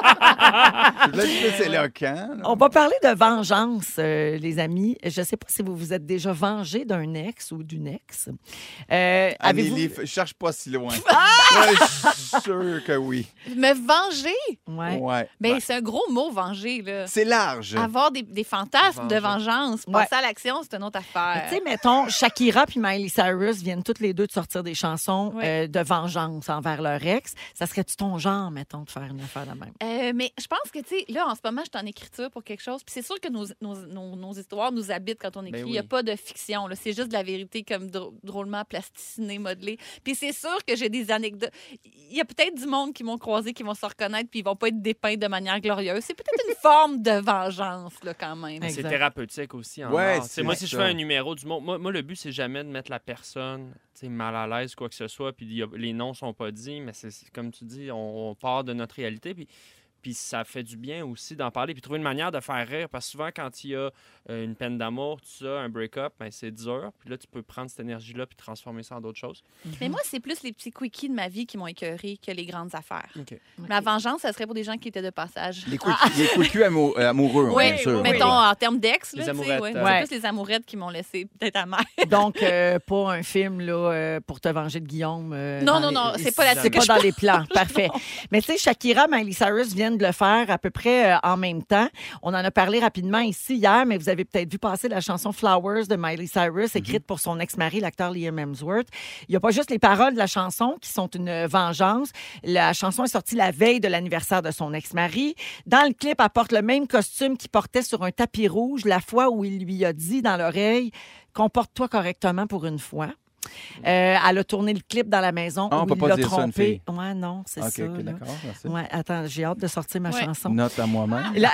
Là, c'est éloquent. là. On va parler de vengeance, euh, les amis. Je ne sais pas si vous vous êtes déjà vengé d'un ex ou d'une ex. Euh, avez-vous... Amélie, je cherche pas si loin. Ouais, je suis sûr que oui. Me venger, Ouais. Ouais. ben c'est un gros mot, venger. Là. C'est large. Avoir des, des fantasmes de Venger. vengeance, Ouais. passer à l'action, c'est une autre Mais affaire. Tu sais, mettons, Shakira puis Miley Cyrus viennent toutes les deux de sortir des chansons Oui. euh, de vengeance envers leur ex. Ça serait-tu ton genre, mettons, de faire une affaire de même? Euh, mais je pense que, tu sais, là, en ce moment, je suis en écriture pour quelque chose. Puis c'est sûr que nos, nos, nos, nos histoires nous habitent quand on écrit. Il oui. n'y a pas de fiction. là. C'est juste de la vérité comme drô- drôlement plasticinée, modelée. Puis c'est sûr que j'ai des anecdotes. Il y a peut-être du monde qui m'ont croisé, qui vont se reconnaître, puis ils vont pas être dépeints de manière glorieuse. C'est peut-être une forme de vengeance, là, quand même. Exact. C'est thérapeutique aussi en Ouais, art. Tu sais, c'est moi, si je ça. fais un numéro du monde, moi, moi, le but, c'est jamais de mettre la personne tu sais, mal à l'aise, quoi que ce soit, puis il y a- les noms sont pas dits, mais c'est c'est comme tu dis, on, on part de notre réalité, puis, puis ça fait du bien aussi d'en parler, puis trouver une manière de faire rire, parce que souvent, quand il y a euh, une peine d'amour, tout ça, un break-up, ben, c'est dur, puis là, tu peux prendre cette énergie-là puis transformer ça en d'autres choses. Mais moi, c'est plus les petits quickies de ma vie qui m'ont écœuré que les grandes affaires. OK. Ma vengeance, ça serait pour des gens qui étaient de passage. Les coups les coups de cul amou- euh, amoureux, Oui, bien sûr. mettons en termes d'ex, Les là, tu sais, amourettes, ouais. euh, Ouais. C'est plus les amourettes qui m'ont laissé peut-être amère. Donc, euh, pas un film là, euh, pour te venger de Guillaume. euh, Non, dans non, les- non, les- c'est pas là-dessus C'est que pas je dans les plans. Parfait. Mais tu sais, Shakira, Miley Cyrus viennent de le faire à peu près euh, en même temps. On en a parlé rapidement ici hier, mais vous avez peut-être vu passer la chanson Flowers de Miley Cyrus, écrite pour son ex-mari, l'acteur Liam Hemsworth. Il n'y a pas juste les paroles de la chanson qui sont une vengeance. La chanson est sortie la veille de l'anniversaire de son ex-mari. Dans le clip, elle porte le même costume qu'il portait sur un tapis rouge la fois où il lui a dit dans l'oreille « Comporte-toi correctement pour une fois ». Euh, elle a tourné le clip dans la maison Ah, on où peut il pas l'a dire ça à une trompé. fille. Ouais, non, c'est OK, ça. OK, là. d'accord, merci. Ouais, attends, j'ai hâte de sortir ma Ouais. chanson. Note à moi-même. La-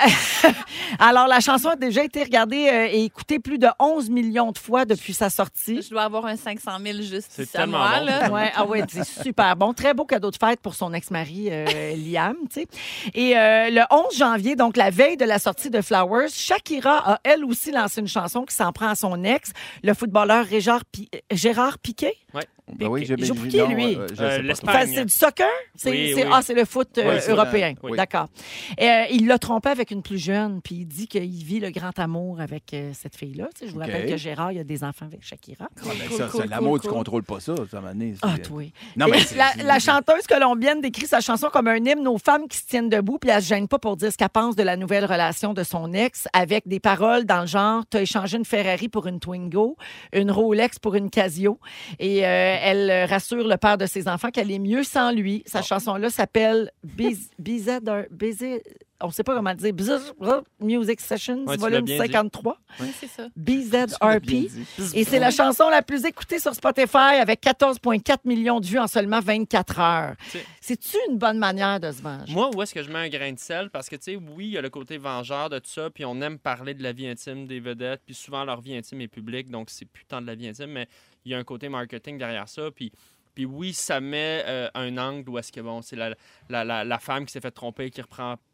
Alors, la chanson a déjà été regardée euh, et écoutée plus de onze millions de fois depuis sa sortie. Je dois avoir un cinq cent mille juste C'est ici à tellement moi. bon. Là. Ouais, ah ouais, c'est super bon. Très beau cadeau de fête pour son ex-mari, euh, Liam, tu sais. Et euh, le onze janvier, donc la veille de la sortie de Flowers, Shakira a elle aussi lancé une chanson qui s'en prend à son ex, le footballeur Régard Pi- Gérard Piquet. Ben oui, j'ai Il joue pour j'ai- qui, non, lui? euh, je sais Euh, pas l'Espagne. trop. Enfin, c'est du soccer? C'est, Oui, c'est- oui. Ah, c'est le foot euh, Oui, c'est européen. dans- oui. D'accord. Euh, il l'a trompé avec une plus jeune, puis il dit qu'il vit le grand amour avec euh, cette fille-là. Tu sais, je vous OK. rappelle que Gérard, il a des enfants avec Shakira. Ouais, ben Cool, ça, cool, c'est l'amour, cool, tu cool. contrôles pas ça, ça m'a donné. Ah, c'est- toi. Non, mais Et c'est- la, c'est- la chanteuse colombienne décrit sa chanson comme un hymne aux femmes qui se tiennent debout, puis elle se gêne pas pour dire ce qu'elle pense de la nouvelle relation de son ex, avec des paroles dans le genre « T'as échangé une Ferrari pour une Twingo, une Rolex pour une Casio ». Et euh, elle euh, rassure le père de ses enfants qu'elle est mieux sans lui. Sa chanson-là s'appelle Biz- B Z... B Z on ne sait pas comment le dire. B Z Music Sessions, Ouais, tu l'as volume bien dit. cinquante-trois. Oui, c'est ça. B Z Tu l'as R bien P. dit. Et c'est la chanson la plus écoutée sur Spotify avec quatorze virgule quatre millions de vues en seulement vingt-quatre heures. C'est- C'est-tu une bonne manière de se venger? Moi, où est-ce que je mets un grain de sel? Parce que, tu sais, oui, il y a le côté vengeur de tout ça, puis on aime parler de la vie intime des vedettes, puis souvent leur vie intime est publique, donc c'est plus tant de la vie intime, mais il y a un côté marketing derrière ça, puis... Puis oui, ça met euh, un angle où est-ce que, bon, c'est la, la, la, la femme qui s'est fait tromper, qui reprend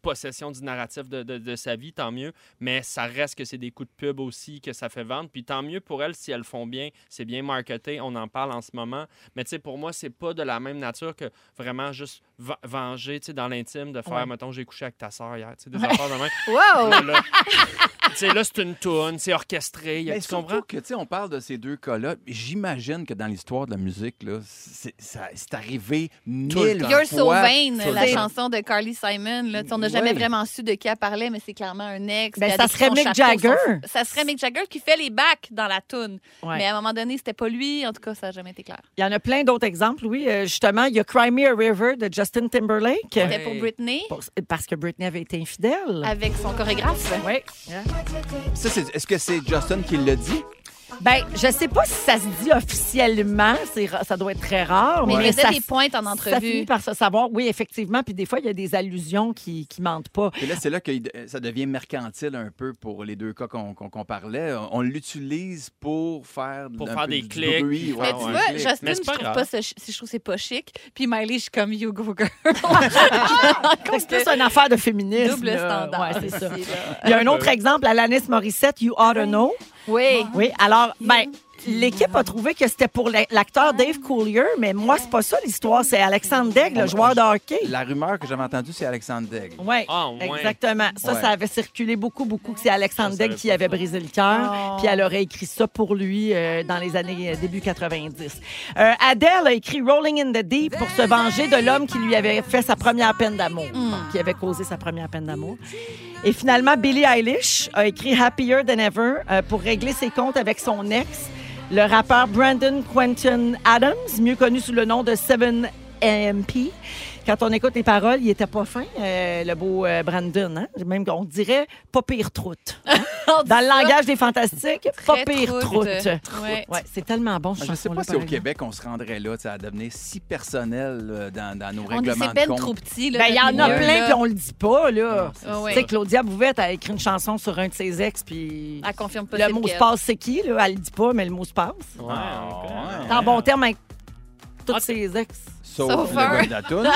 possession du narratif de, de, de sa vie, tant mieux. Mais ça reste que c'est des coups de pub aussi que ça fait vendre. Puis tant mieux pour elles si elles font bien. C'est bien marketé. On en parle en ce moment. Mais tu sais, pour moi, c'est pas de la même nature que vraiment juste va- venger, tu sais, dans l'intime, de faire, Ouais. mettons, j'ai couché avec ta sœur hier. Tu sais, des affaires de même. Wow! Là, là, tu sais, là, c'est une toune, c'est orchestré. y a- Mais tu comprends? surtout que, tu sais, on parle de ces deux cas-là. J'imagine que dans l'histoire de la musique, là, c'est, ça- c'est arrivé Tout le mille temps. You're So fois. Vain, Tout le la temps. chanson de Carly Simon. Là. Tu sais, On n'a jamais Ouais. vraiment su de qui elle parlait, mais c'est clairement un ex. Ben, Puis elle ça décrit serait son Mick chapeau, son- Jagger. Ça serait Mick Jagger qui fait les backs dans la toune. Ouais. Mais à un moment donné, c'était pas lui. En tout cas, ça n'a jamais été clair. Il y en a plein d'autres exemples, oui. Euh, justement, il y a Cry Me a River de Justin Timberlake. C'était pour Britney, Pour- Parce que Britney avait été infidèle. avec son chorégraphe. Oui. Ça, c'est- est-ce que c'est Justin qui l'a dit? Ben, je sais pas si ça se dit officiellement. C'est ra- ça doit être très rare. Mais il mais faisait ça, des pointes en ça entrevue. finit par se savoir. Oui, effectivement. Puis des fois, il y a des allusions qui, qui mentent pas. Et là, c'est là que ça devient mercantile un peu pour les deux cas qu'on, qu'on, qu'on parlait. On l'utilise pour faire, Pour un faire peu des du clics, bruit. puis ouais, Mais Ah, tu ouais. vois, clics. Justin, Mais c'est je pas trouve grave. pas ça, chi- je trouve que c'est pas chic. Puis Miley, je suis comme You Go Girl. C'est plus une affaire de féminisme. Double là. standard. Ouais, c'est ça. ici, là. Il y a un autre exemple, Alanis Morissette, You Ought to Know. Oui. Oui, alors, ben, l'équipe a trouvé que c'était pour la- l'acteur Dave Coulier, mais moi, c'est pas ça l'histoire. C'est Alexandre Daigle, le joueur de hockey. La rumeur que j'avais entendue, c'est Alexandre Daigle. Oui, Ah, ouais. exactement. Ça, Ouais. ça avait circulé beaucoup, beaucoup, que c'est Alexandre Je Daigle savais qui pas avait ça. brisé le cœur, Oh. puis elle aurait écrit ça pour lui euh, dans les années euh, début quatre-vingt-dix. Euh, Adele a écrit Rolling in the Deep pour se venger de l'homme qui lui avait fait sa première peine d'amour, qui avait causé sa première peine d'amour. Et finalement, Billie Eilish a écrit Happier Than Ever euh, pour régler ses comptes avec son ex, le rappeur Brandon Quentin Adams, mieux connu sous le nom de seven M P. Quand on écoute les paroles, il était pas fin, euh, le beau euh, Brandon. Hein? Même qu'on dirait pas pire troute. hein? Dans le langage des fantastiques, pas Très pire troute. Ouais. Ouais, c'est tellement bon. Je ne sais pas si au Québec, on se rendrait là, tu sais, à devenir si personnel là, dans, dans nos On est règlements c'est de ben compte. trop petit. Là, Ben, il y en a notre milieu, plein, là. puis on le dit pas, là. Ah ouais. Tu sais, Claudia Bouvette a écrit une chanson sur un de ses ex, puis Elle confirme pas le c'est mot se lequel. passe, c'est qui, là? Elle le dit pas, mais le mot se passe. Ouais, ok. ouais. C'est en bon terme avec tous Ah, ses ex. Sauf Sauf le un. gars de la toune.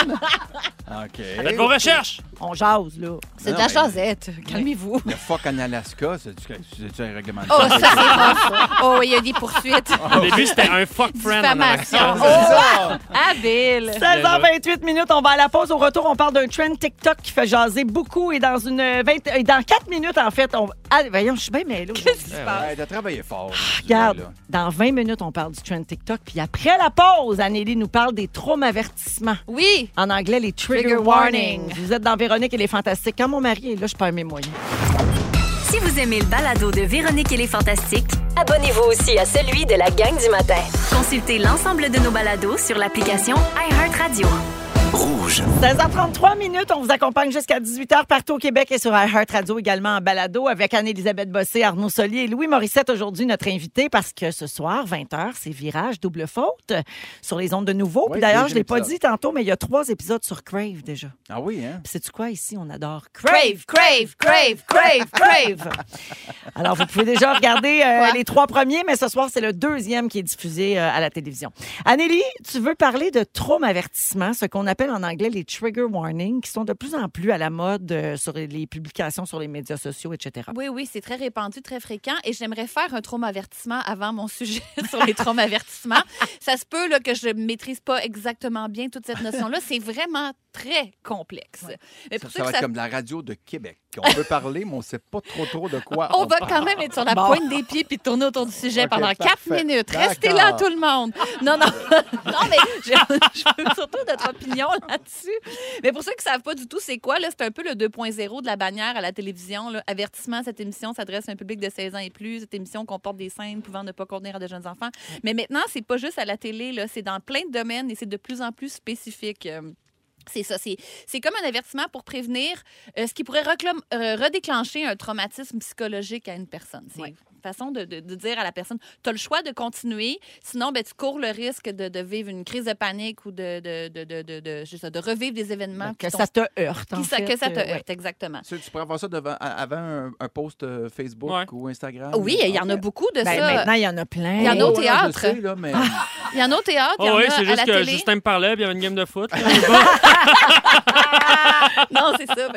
OK. Faites vos recherches! On jase, là. C'est de Non, la mais- jasette. Calmez-vous. Le fuck en Alaska, c'est-tu, c'est-tu un règlement de Oh, compte? ça, c'est rough. Oh, il y a des poursuites. Au début, c'était un fuck friend. en Diffamation. Alaska. Oh, habile. seize heures vingt-huit minutes, on va à la pause. Au retour, on parle d'un trend TikTok qui fait jaser beaucoup. Et dans une vingt... et dans quatre minutes, en fait, on... Ah, voyons, je suis bien mêlée aujourd'hui. Ouais, t'as travaillé fort. Regarde, là. dans vingt minutes, on parle du trend TikTok. Puis après la pause, Anneli nous parle des traumavertissements. Oui. En anglais, les trigger, Trigger warnings. warning. Vous êtes dans Véronique et les Fantastiques. Quand mon mari est là, je perds mes moyens. Si vous aimez le balado de Véronique et les Fantastiques, abonnez-vous aussi à celui de la gang du matin. Consultez l'ensemble de nos balados sur l'application iHeartRadio. Rouge. seize heures trente-trois minutes, on vous accompagne jusqu'à dix-huit heures partout au Québec et sur iHeartRadio également en balado avec Anne-Élisabeth Bossé, Arnaud Solier et Louis Morissette aujourd'hui notre invité parce que ce soir, vingt heures, c'est Virage double faute sur les ondes de Nouveau. Oui, Puis d'ailleurs, je deuxième l'ai pas épisode. dit tantôt, mais il y a trois épisodes sur Crave déjà. Ah oui, hein? Puis sais-tu quoi ici, on adore Crave, crave, crave, crave, crave. Alors, vous pouvez déjà regarder euh, les trois premiers, mais ce soir, c'est le deuxième qui est diffusé euh, à la télévision. Anélie, tu veux parler de traumavertissement, ce qu'on appelle en anglais les trigger warnings, qui sont de plus en plus à la mode euh, sur les publications sur les médias sociaux, et cetera. Oui, oui, c'est très répandu, très fréquent. Et j'aimerais faire un traumavertissement avant mon sujet sur les traumavertissements. Ça se peut là, que je ne maîtrise pas exactement bien toute cette notion-là. C'est vraiment très complexe. Mais Ça, pour ça ceux va que être ça comme la radio de Québec. On peut parler, mais on ne sait pas trop trop de quoi On on va parle. quand même être sur la Bon. pointe des pieds puis tourner autour du sujet OK, pendant quatre parfait. minutes. Restez D'accord. là, tout le monde. Non, non, non, mais je, je veux surtout notre opinion là-dessus. Mais pour ceux qui ne savent pas du tout c'est quoi, là, c'est un peu le deux point zéro de la bannière à la télévision. Là. Avertissement, cette émission s'adresse à un public de seize ans et plus. Cette émission comporte des scènes pouvant ne pas contenir à de jeunes enfants. Mais maintenant, c'est pas juste à la télé, là, c'est dans plein de domaines et c'est de plus en plus spécifique. Euh, C'est ça. C'est, c'est comme un avertissement pour prévenir euh, ce qui pourrait reclam- euh, redéclencher un traumatisme psychologique à une personne. C'est Ouais. une façon de, de- de dire à la personne, tu as le choix de continuer, sinon ben, tu cours le risque de, de vivre une crise de panique ou de, de, de, de, de, de- juste ça, de revivre des événements. Que qui ça t'ont- te heurte, en qui ça- fait. que ça te euh, heurte, exactement. Tu, tu pourrais avoir ça devant, à- avant un, un post euh, Facebook Ouais. ou Instagram? Oui, il y en a OK. beaucoup de Ben, ça. maintenant, il y en a plein. Il y en a au Oh, ouais, théâtre. Je sais, là, mais... Il y en a au théâtre, il y Oh en oui, a c'est à juste la que télé. Justin me parlait, puis il y avait une game de foot. Non, c'est ça. Fait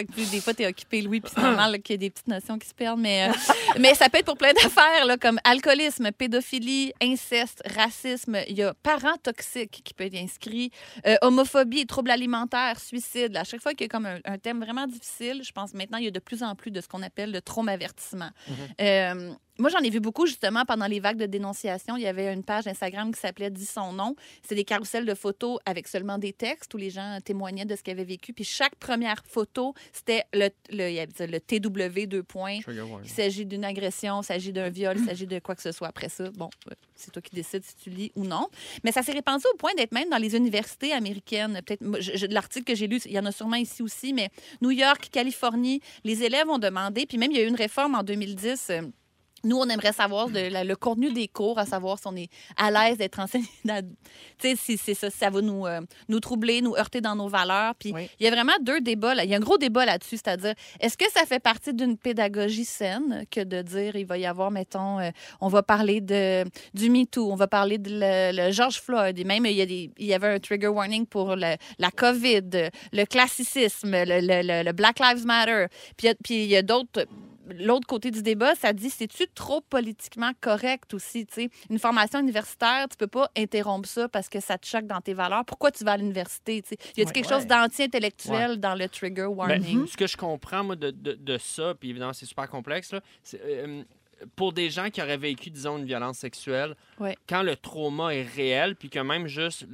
Fait que, des fois, t'es occupé, Louis, puis c'est normal là, qu'il y ait des petites notions qui se perdent. Mais, euh, mais ça peut être pour plein d'affaires, là, comme alcoolisme, pédophilie, inceste, racisme. Il y a parents toxiques qui peuvent être inscrits, euh, homophobie et troubles alimentaires, suicide. Là, à chaque fois qu'il y a comme un, un thème vraiment difficile, je pense maintenant, il y a de plus en plus de ce qu'on appelle le traumavertissement. Mm-hmm. Euh, Moi, j'en ai vu beaucoup, justement, pendant les vagues de dénonciation. Il y avait une page Instagram qui s'appelait « Dis son nom ». C'est des carousels de photos avec seulement des textes où les gens témoignaient de ce qu'ils avaient vécu. Puis chaque première photo, c'était le, le, le T W deux points. Il s'agit d'une agression, il s'agit d'un viol, il s'agit de quoi que ce soit. Après ça, bon, c'est toi qui décides si tu lis ou non. Mais ça s'est répandu au point d'être même dans les universités américaines. Peut-être, je, l'article que j'ai lu, il y en a sûrement ici aussi, mais New York, Californie, les élèves ont demandé, puis même il y a eu une réforme en deux mille dix... Euh, Nous, on aimerait savoir de, la, le contenu des cours, à savoir si on est à l'aise d'être enseigné. Tu sais, si c'est ça, si ça va nous, euh, nous troubler, nous heurter dans nos valeurs. Puis oui. il y a vraiment deux débats. Là. Il y a un gros débat là-dessus, c'est-à-dire, est-ce que ça fait partie d'une pédagogie saine que de dire, il va y avoir, mettons, euh, on va parler de, du MeToo, on va parler de le, le George Floyd, et même il y, a des, il y avait un trigger warning pour le, la COVID, le classicisme, le, le, le Black Lives Matter. Puis il y a, a d'autres... L'autre côté du débat, ça dit, c'est-tu trop politiquement correct aussi? T'sais? Une formation universitaire, tu peux pas interrompre ça parce que ça te choque dans tes valeurs. Pourquoi tu vas à l'université? T'sais? Y a-t-il ouais, quelque ouais. chose d'anti-intellectuel ouais. dans le trigger warning? Ben, ce que je comprends, moi, de, de, de ça, puis évidemment, c'est super complexe, là, c'est, euh, pour des gens qui auraient vécu, disons, une violence sexuelle, ouais. quand le trauma est réel, puis que même juste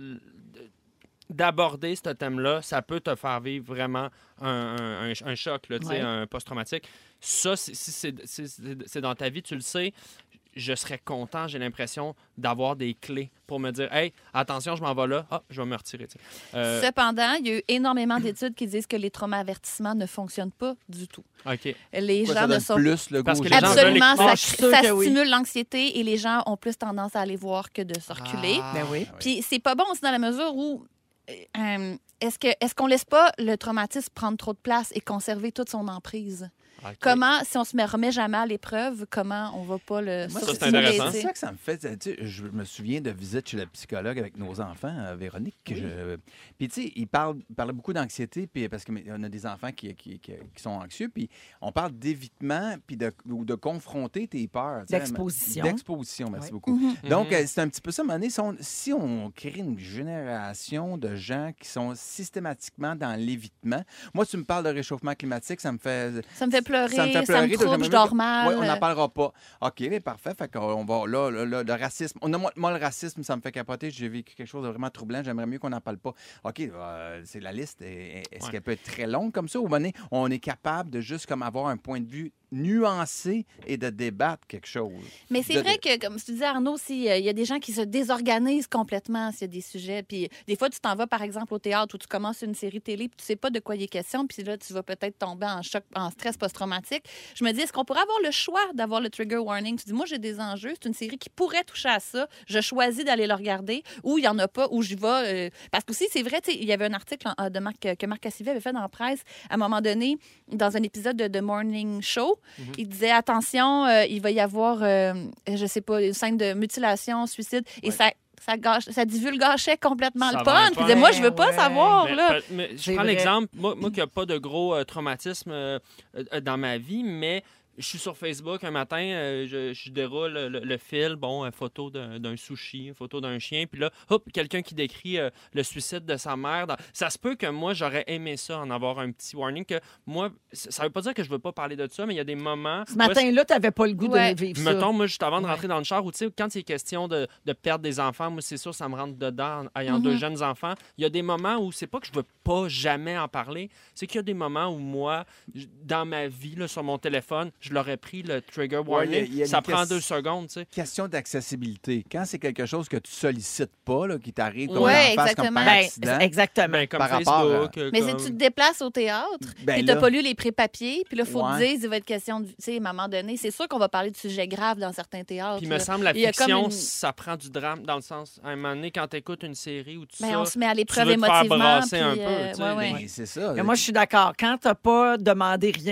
d'aborder ce thème-là, ça peut te faire vivre vraiment un, un, un choc, là, ouais. un post-traumatique. Ça, si c'est, c'est, c'est dans ta vie, tu le sais, je serais content, j'ai l'impression, d'avoir des clés pour me dire « Hey, attention, je m'en vais là, ah, je vais me retirer. » euh... Cependant, il y a eu énormément d'études qui disent que les traumas-avertissements ne fonctionnent pas du tout. OK. Les Pourquoi gens ça ne donne sont plus le goût. Parce que les absolument, gens ça, ça stimule oui. l'anxiété et les gens ont plus tendance à aller voir que de se reculer. Ah, ben oui. Puis c'est pas bon aussi dans la mesure où euh, est-ce que est-ce qu'on laisse pas le traumatisme prendre trop de place et conserver toute son emprise? Okay. Comment, si on se met, remet jamais à l'épreuve, comment on va pas le Moi, c'est intéressant. C'est ça que ça me fait. Tu sais, je me souviens de visite chez la psychologue avec nos enfants, euh, Véronique. Oui. Je... Puis, tu sais, il parle, parlait beaucoup d'anxiété, puis parce qu'on a des enfants qui, qui, qui, qui sont anxieux, puis on parle d'évitement, puis de, ou de confronter tes peurs. D'exposition. D'exposition, merci oui. beaucoup. Mm-hmm. Donc, mm-hmm. c'est un petit peu ça, à un moment donné, si on, si on crée une génération de gens qui sont systématiquement dans l'évitement, moi, tu me parles de réchauffement climatique, ça me fait... Ça me fait pleurer, ça me, fait pleurer, ça me trouble, je dors mal. Oui, on n'en parlera pas. OK, mais parfait. Fait qu'on va là, là, là, le racisme. On a, moi, moi, le racisme, ça me fait capoter. J'ai vécu quelque chose de vraiment troublant. J'aimerais mieux qu'on n'en parle pas. OK, euh, c'est la liste. Est-ce ouais. qu'elle peut être très longue comme ça? Ou bien on est capable de juste comme avoir un point de vue nuancer et de débattre quelque chose. Mais c'est de... vrai que, comme tu disais, Arnaud, il euh, y a des gens qui se désorganisent complètement s'il y a des sujets. Puis des fois, tu t'en vas, par exemple, au théâtre où tu commences une série télé puis tu sais pas de quoi il est question. Puis là, tu vas peut-être tomber en choc, en stress post-traumatique. Je me dis, est-ce qu'on pourrait avoir le choix d'avoir le trigger warning? Tu dis, moi, j'ai des enjeux. C'est une série qui pourrait toucher à ça. Je choisis d'aller le regarder. Ou il y en a pas, ou j'y vais. Euh... Parce que aussi, c'est vrai, il y avait un article de Marc, que Marc Cassivi avait fait dans la presse à un moment donné, dans un épisode de The Morning Show. Mm-hmm. Il disait, attention, euh, il va y avoir, euh, je sais pas, une scène de mutilation, suicide. Et ouais. ça... Ça, gâche, ça divulgachait complètement ça le punch. Puis moi, je veux pas ouais. savoir. Mais, là. Mais, je prends l'exemple. Moi, moi qui n'ai pas de gros euh, traumatisme euh, euh, dans ma vie, mais je suis sur Facebook un matin, euh, je, je déroule le, le, le fil, bon, une photo d'un, d'un sushi, une photo d'un chien, puis là, hop, quelqu'un qui décrit euh, le suicide de sa mère. Dans... Ça se peut que moi, j'aurais aimé ça, en avoir un petit warning, que moi, ça veut pas dire que je veux pas parler de ça, mais il y a des moments... Ce matin-là, tu n'avais pas le goût ouais. de vivre ça. Mettons, moi, juste avant de rentrer ouais. dans le char, ou tu sais, quand c'est question de, de perdre des enfants, moi, c'est sûr, ça me rentre dedans, en ayant mm-hmm. deux jeunes enfants. Il y a des moments où c'est pas que je veux pas jamais en parler, c'est qu'il y a des moments où moi, dans ma vie, là, sur mon téléphone, je l'aurais pris le trigger warning, ouais, y a, y a ça prend que... deux secondes, tu sais. Question d'accessibilité. Quand c'est quelque chose que tu sollicites pas, là, qui t'arrive comme ouais, en face, comme par ben, accident. Exactement. Ben, comme par Facebook. Rapport à... Mais comme... si tu te déplaces au théâtre, ben puis tu n'as pas lu les pré-papiers, puis là, il faut ouais. te dire, il va être question de... Tu sais, à un moment donné, c'est sûr qu'on va parler de sujets graves dans certains théâtres. Puis il me semble, la fiction, une... ça prend du drame, dans le sens, à un moment donné, quand tu écoutes une série ou tout ben, ça, on se met à l'épreuve émotivement. émotivement. Puis, un peu, euh, tu sais, ouais, ouais. Ben, c'est ça. Mais moi, je suis d'accord. Quand tu n'as pas demandé rien,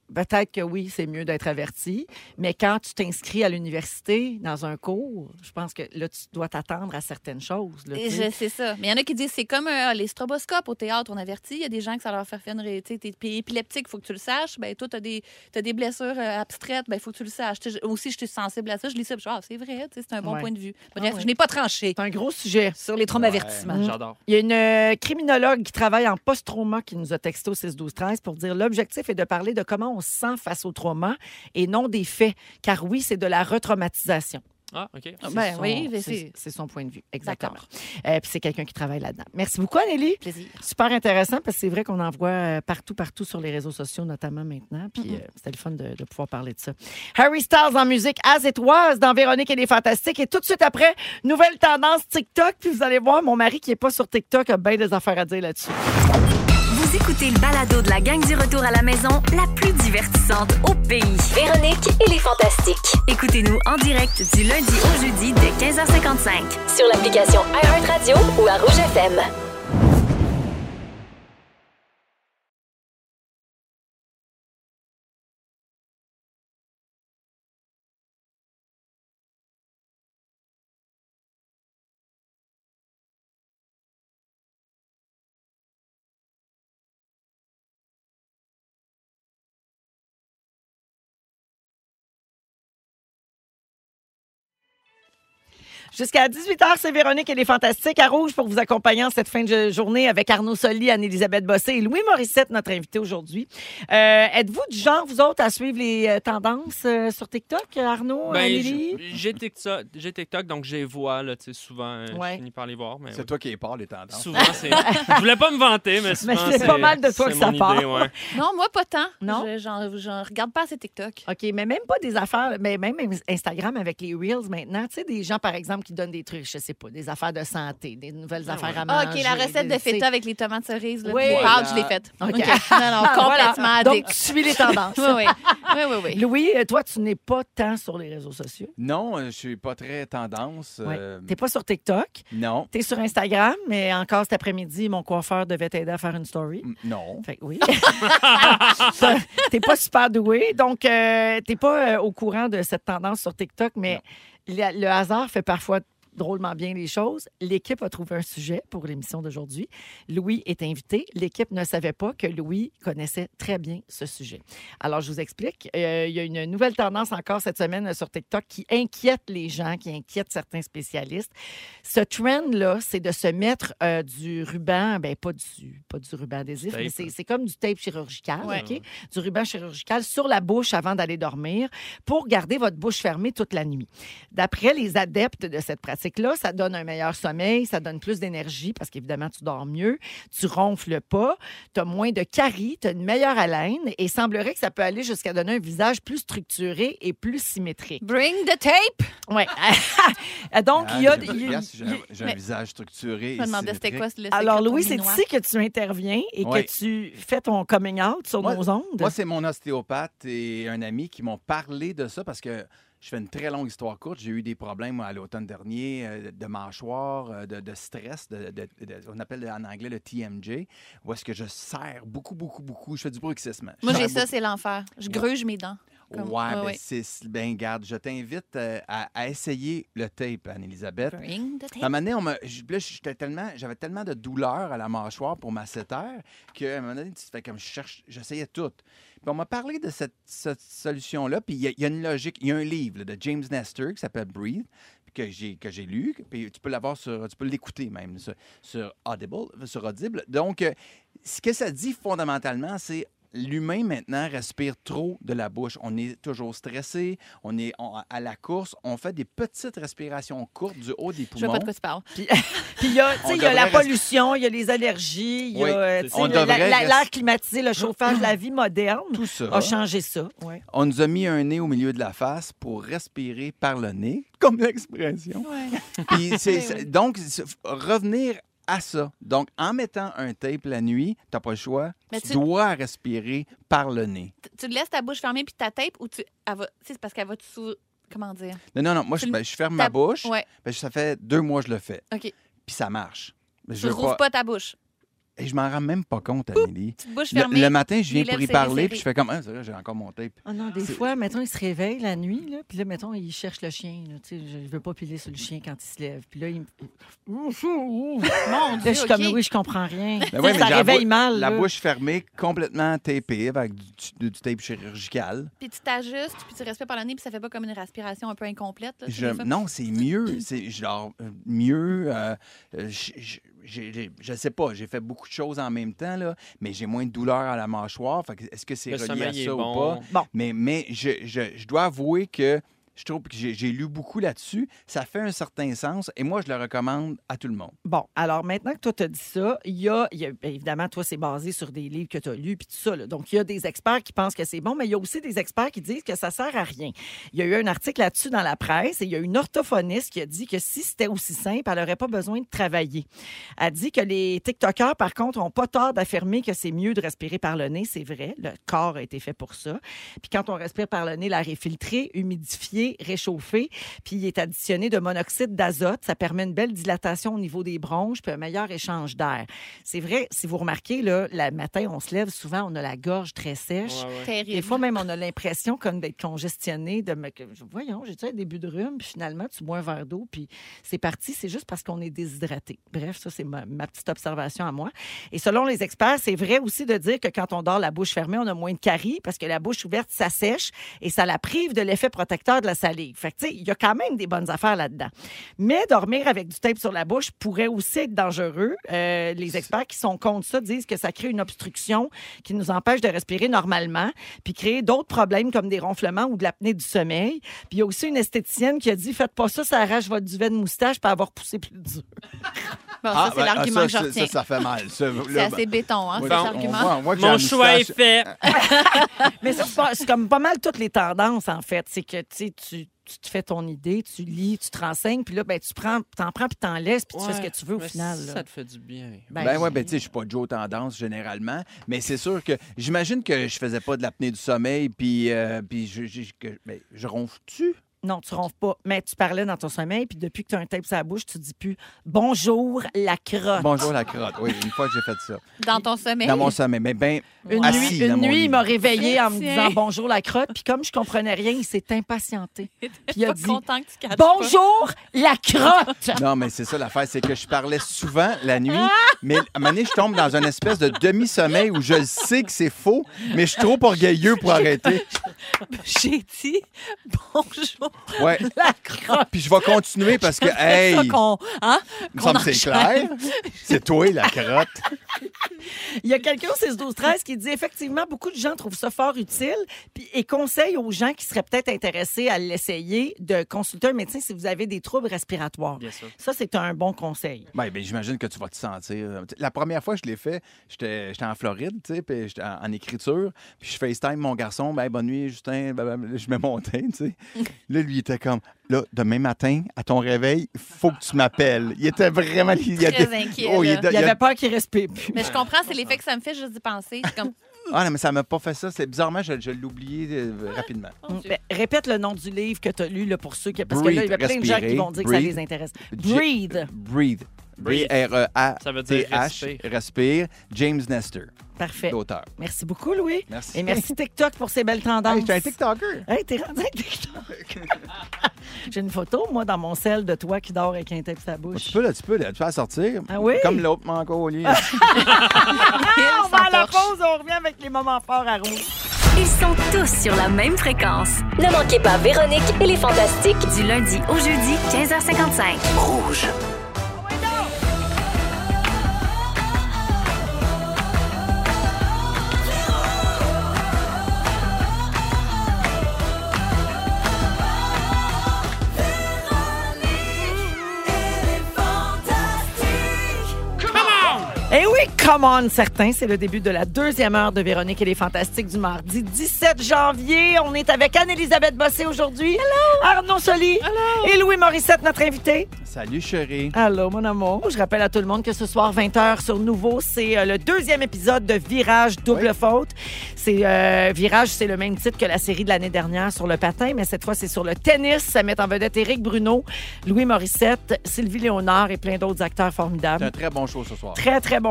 peut-être que oui, c'est mieux d'être averti. Mais quand tu t'inscris à l'université, dans un cours, je pense que là, tu dois t'attendre à certaines choses. Là, Et je sais ça. Mais il y en a qui disent c'est comme euh, les stroboscopes au théâtre, on avertit. Il y a des gens que ça leur fait faire une réalité. T'es épileptique, il faut que tu le saches. Ben, toi, tu as des, t'as des blessures euh, abstraites, il ben, faut que tu le saches. T'sais, aussi, je suis sensible à ça. Je lis ça, je dis, ah, c'est vrai, c'est un bon ouais. point de vue. Bref, ah, ouais. je n'ai pas tranché. C'est un gros sujet. Sur les traumavertissements. Ouais, j'adore. Il y a une euh, criminologue qui travaille en post-trauma qui nous a texté au six douze treize pour dire l'objectif est de parler de comment on se sent face au trauma et non des faits. Car oui, c'est de la retraumatisation. Ah, OK. C'est Ben son, oui, mais c'est, c'est- c'est son point de vue. Exactement. D'accord. Euh, puis c'est quelqu'un qui travaille là-dedans. Merci beaucoup, Anneli. Plaisir. Super intéressant parce que c'est vrai qu'on en voit euh, partout, partout sur les réseaux sociaux, notamment maintenant. Puis euh, c'était le fun de, de pouvoir parler de ça. Harry Styles en musique, As It Was dans Véronique et les Fantastiques. Et tout de suite après, nouvelle tendance TikTok. Puis vous allez voir, mon mari qui n'est pas sur TikTok a bien des affaires à dire là-dessus. Vous écoutez le balado de la gang du retour à la maison, la plus divertissante au pays. Véronique et les Fantastiques. Écoutez-nous en direct du lundi au jeudi dès quinze heures cinquante-cinq. Sur l'application iHeartRadio ou à Rouge F M. Jusqu'à dix-huit heures, c'est Véronique et les Fantastiques à Rouge pour vous accompagner en cette fin de journée avec Arnaud Soli, Anne-Élisabeth Bossé et Louis Morissette, notre invité aujourd'hui. Euh, êtes-vous du genre, vous autres, à suivre les euh, tendances euh, sur TikTok, Arnaud, Ben, Amélie? j'ai- j'ai TikTok, j'ai TikTok, donc je les vois, là, tu sais, souvent, euh, Ouais. je finis par les voir. Mais C'est oui. toi qui es part les tendances. Souvent, c'est... Je voulais pas me vanter, mais souvent, c'est pas mal de toi c'est que ça mon part. idée, ouais. Non, moi, pas tant. Non? Je, j'en, j'en regarde pas assez TikTok. OK, mais même pas des affaires, mais même Instagram avec les Reels maintenant. Tu sais, des gens, par exemple, qui donnent des trucs, je sais pas, des affaires de santé, des nouvelles Ah affaires ouais. à Ah, manger. OK, la recette des- de feta avec les tomates cerises, là, Oui. puis les Voilà. pâtes, je l'ai faite. OK. OK. Non, non, complètement Voilà. Donc, addict. tu suis les tendances. Oui, oui. oui, oui, oui. Louis, euh, toi, tu n'es pas tant sur les réseaux sociaux. Non, euh, je suis pas très tendance. Ouais. euh, Tu n'es pas sur TikTok. Non. Tu es sur Instagram, mais encore cet après-midi, mon coiffeur devait t'aider à faire une story. M- Non. Fait que oui. T'es pas super doué. Donc, euh, t'es pas euh, au courant de cette tendance sur TikTok, mais le, le hasard fait parfois drôlement bien les choses. L'équipe a trouvé un sujet pour l'émission d'aujourd'hui. Louis est invité. L'équipe ne savait pas que Louis connaissait très bien ce sujet. Alors, je vous explique. Euh, il y a une nouvelle tendance encore cette semaine sur TikTok qui inquiète les gens, qui inquiète certains spécialistes. Ce trend-là, c'est de se mettre euh, du ruban, ben pas du, pas du ruban adhésif, tape. mais c'est c'est comme du tape chirurgical, Ouais. OK? Du ruban chirurgical sur la bouche avant d'aller dormir pour garder votre bouche fermée toute la nuit. D'après les adeptes de cette pratique-là, ça donne un meilleur sommeil, ça donne plus d'énergie parce qu'évidemment, tu dors mieux, tu ronfles pas, tu as moins de caries, tu as une meilleure haleine et il semblerait que ça peut aller jusqu'à donner un visage plus structuré et plus symétrique. Bring the tape. Oui. Donc, Ah, il y a... j'aime- il y a- regarde si j'ai un, j'ai un mais- visage structuré. Je me et demandais c'était quoi symétrique. le secret Alors, pour Louis, c'est Minois. ici que tu interviens et Ouais. que tu fais ton coming out sur Moi- nos ondes. Moi, c'est mon ostéopathe et un ami qui m'ont parlé de ça parce que je fais une très longue histoire courte. J'ai eu des problèmes moi, à l'automne dernier euh, de mâchoire, euh, de, de stress, de, de- de- on appelle en anglais le T M J, où est-ce que je serre beaucoup, beaucoup, beaucoup. Je fais du bruxisme. Je Moi, j'ai serre ça, beaucoup. c'est l'enfer. Je gruge mes dents. Comme- Ouais, ouais, ben, ouais. c'est ben garde, je t'invite euh, à, à essayer le tape, Anne-Élisabeth. Bring the À un tape. moment donné, on m'a- j- là, j'étais tellement, j'avais tellement de douleur à la mâchoire pour masséter qu'à un moment donné, tu fais comme je cherche, j'essayais tout. Puis on m'a parlé de cette, cette solution-là, puis il y, a- il y a une logique, il y a un livre là, de James Nestor qui s'appelle Breathe, puis que j'ai que j'ai lu, puis tu peux l'avoir sur, tu peux l'écouter même sur, sur Audible, sur Audible. Donc, euh, ce que ça dit fondamentalement, c'est l'humain, maintenant, respire trop de la bouche. On est toujours stressé, on est on- à la course, on fait des petites respirations courtes du haut des Je vois poumons. pas de quoi tu parles. Puis il y a, tu sais, On il y a la devrait pollution, il y a les allergies, il y a Oui, euh, tu sais, on la- devrait la- rest- l'air climatisé, le chauffage, la vie moderne Tout ça. a changé ça. Ouais. On nous a mis un nez au milieu de la face pour respirer par le nez, comme l'expression. Ouais. Puis c'est- Oui, c'est- oui. donc, c'est- revenir à ça. Donc, en mettant un tape la nuit, tu n'as pas le choix. Mais tu, tu- dois respirer par le nez. Tu- Tu laisses ta bouche fermée puis ta tape ou tu. elle va- Tu sais, c'est parce qu'elle va te sous. Comment dire? Non, non, non. Moi, Tu je, le- ben, je ferme ta- ma bouche. Ouais. Ben, ça fait deux mois que je le fais. OK. Puis ça marche. Mais Tu je veux rouvres pas ta bouche. Et je m'en rends même pas compte, Amélie. Petite bouche Le, fermée. le matin, je viens les pour y lèvres parler, serrées, puis je fais comme, ah, c'est vrai, j'ai encore mon tape. Ah non, des C'est- fois, mettons, il se réveille la nuit, là, puis là, mettons, il cherche le chien. Là, tu sais, je ne veux pas piler sur le chien quand il se lève. Puis là, il me... Mon Là, Dieu, je suis OK. comme, oui, je comprends rien. Ben ouais, mais ça j'ai la réveille bou- mal. La là. bouche fermée, complètement tapée, avec du, du- du tape chirurgical. Puis tu t'ajustes, puis tu respires par le nez, puis ça fait pas comme une respiration un peu incomplète. Là, tu sais, Je- des fois. non, c'est mieux. C'est genre euh, mieux. euh, euh, j- j- j'ai- j'ai- je sais pas, j'ai fait beaucoup de choses en même temps, là, mais j'ai moins de douleur à la mâchoire. Fait que est-ce que c'est Le relié à sommeil est ça bon. ou pas? Bon. Mais, mais je, je, je dois avouer que je trouve que j'ai j'ai lu beaucoup là-dessus. Ça fait un certain sens et moi, je le recommande à tout le monde. Bon, alors maintenant que toi, tu as dit ça, il y a, il y a- bien évidemment, toi, c'est basé sur des livres que tu as lus puis tout ça. Là. Donc, il y a des experts qui pensent que c'est bon, mais il y a aussi des experts qui disent que ça sert à rien. Il y a eu un article là-dessus dans la presse et il y a une orthophoniste qui a dit que si c'était aussi simple, elle n'aurait pas besoin de travailler. Elle dit que les TikTokers, par contre, n'ont pas tort d'affirmer que c'est mieux de respirer par le nez. C'est vrai, le corps a été fait pour ça. Puis quand on respire par le nez, l'air est filtré, humidifié, réchauffé, puis il est additionné de monoxyde d'azote. Ça permet une belle dilatation au niveau des bronches puis un meilleur échange d'air. C'est vrai, si vous remarquez, là, le matin, on se lève, souvent, on a la gorge très sèche. Ouais, ouais. Terrible. Des fois, même, on a l'impression comme d'être congestionné, de me... que- voyons, j'ai-tu un début de rhume, puis finalement, tu bois un verre d'eau, puis c'est parti, c'est juste parce qu'on est déshydraté. Bref, ça, c'est ma, ma petite observation à moi. Et selon les experts, c'est vrai aussi de dire que quand on dort la bouche fermée, on a moins de caries parce que la bouche ouverte, ça sèche et ça la prive de l'effet protecteur de la salive. Fait que, tu sais, il y a quand même des bonnes affaires là-dedans. Mais dormir avec du tape sur la bouche pourrait aussi être dangereux. Euh, les experts qui sont contre ça disent que ça crée une obstruction qui nous empêche de respirer normalement, puis créer d'autres problèmes comme des ronflements ou de l'apnée du sommeil. Puis il y a aussi une esthéticienne qui a dit « Faites pas ça, ça arrache votre duvet de moustache pour avoir poussé plus dur. Bon, ça, c'est ben, l'argument ça, que je ça, retiens. ça, ça fait mal. Ça, C'est là, assez béton, hein, ben, cet on- argument. on voit- on voit que j'ai Mon la choix est moustache. fait. » Mais ça, c'est pas- c'est comme pas mal toutes les tendances, en fait. C'est que, tu sais, tu tu te fais ton idée, tu lis, tu te renseignes, puis là, ben, tu prends, t'en prends, puis t'en laisses, puis tu fais ce que tu veux au mais final. là. Ça te fait du bien. Ben, Ben ouais, ben tu sais, je suis pas Joe Tendance généralement, mais c'est sûr que j'imagine que je faisais pas de l'apnée du sommeil, puis euh, puis je, je, que- ben, je ronfle-tu? Non, tu ronfles pas. Mais tu parlais dans ton sommeil, puis depuis que tu as un tape sur la bouche, tu dis plus « Bonjour, la crotte ». Bonjour la crotte. Oui, une fois que j'ai fait ça. Dans ton sommeil. Dans mon sommeil, mais ben Une assis nuit, dans une mon nuit lit. il m'a réveillée en me Tiens. disant « Bonjour, la crotte », puis comme je comprenais rien, il s'est impatienté. T'es il a pas dit, content que tu catches Bonjour, la crotte! Non, mais c'est ça l'affaire, c'est que je parlais souvent la nuit, mais à un moment donné, je tombe dans une espèce de demi-sommeil où je le sais que c'est faux, mais je suis trop orgueilleux pour arrêter. pas. J'ai dit bonjour. Ouais. La crotte! Puis je vais continuer parce que, hey, Ça qu'on, hein? il me semble que c'est clair. C'est toi, la crotte. Il y a quelqu'un au six douze treize qui dit effectivement, beaucoup de gens trouvent ça fort utile puis, et conseillent aux gens qui seraient peut-être intéressés à l'essayer de consulter un médecin si vous avez des troubles respiratoires. Bien sûr. Ça, c'est un bon conseil. Ben, ben, j'imagine que tu vas te sentir. La première fois que je l'ai fait, j'étais j'étais en Floride, tu sais, puis j'étais en, en écriture, puis je FaceTime mon garçon, ben, bonne nuit, Justin, ben, ben, je mets mon teint, tu sais. Là, lui, il était comme, là, demain matin, à ton réveil, il faut que tu m'appelles. Il était vraiment... Il y a Très des- inquiet, Oh, il, là. était- Il il y a- avait peur qu'il respire plus. Mais je comprends, c'est l'effet que ça me fait juste d'y penser. C'est comme, Ah non, mais ça m'a pas fait ça. C'est bizarrement, je, je l'ai oublié euh, rapidement. oh, Dieu. Ben, répète le nom du livre que tu as lu là, pour ceux qui. Parce que là, il y a plein de gens qui respirer, vont dire que ça breathe. les intéresse. J- Breathe. Breathe. Breathe. B-R-E-A-T-H. Ça veut dire respire. respire. James Nestor, Parfait. l'auteur. Merci beaucoup, Louis. Merci. Et merci TikTok pour ces belles tendances. Hey, j'étais un TikToker. Hey, t'es rendu un TikTok. J'ai une photo, moi, dans mon sel de toi qui dort avec un tape sur la bouche. Tu peux, là, tu peux, là, tu peux la sortir. Ah oui? Comme l'autre manque au lit. Ah, on va à la s'entorche. pause, on revient avec les moments forts à Rouge. Ils sont tous sur la même fréquence. Ne manquez pas Véronique et les Fantastiques du lundi au jeudi, quinze heures cinquante-cinq. Rouge. Eh oui, come on, certains. C'est le début de la deuxième heure de Véronique et les Fantastiques du mardi dix-sept janvier. On est avec Anne-Élisabeth Bossé aujourd'hui. Arnaud Soli. Et Louis Morissette, notre invité. Salut, chérie. Allô, mon amour. Je rappelle à tout le monde que ce soir, vingt heures sur Nouveau, c'est euh, le deuxième épisode de Virage double Oui. faute. C'est euh, Virage, c'est le même titre que la série de l'année dernière sur le patin, mais cette fois, c'est sur le tennis. Ça met en vedette Éric Bruno, Louis Morissette, Sylvie Léonard et plein d'autres acteurs C'est formidables. un très bon show ce soir. Très, très bon show ce soir.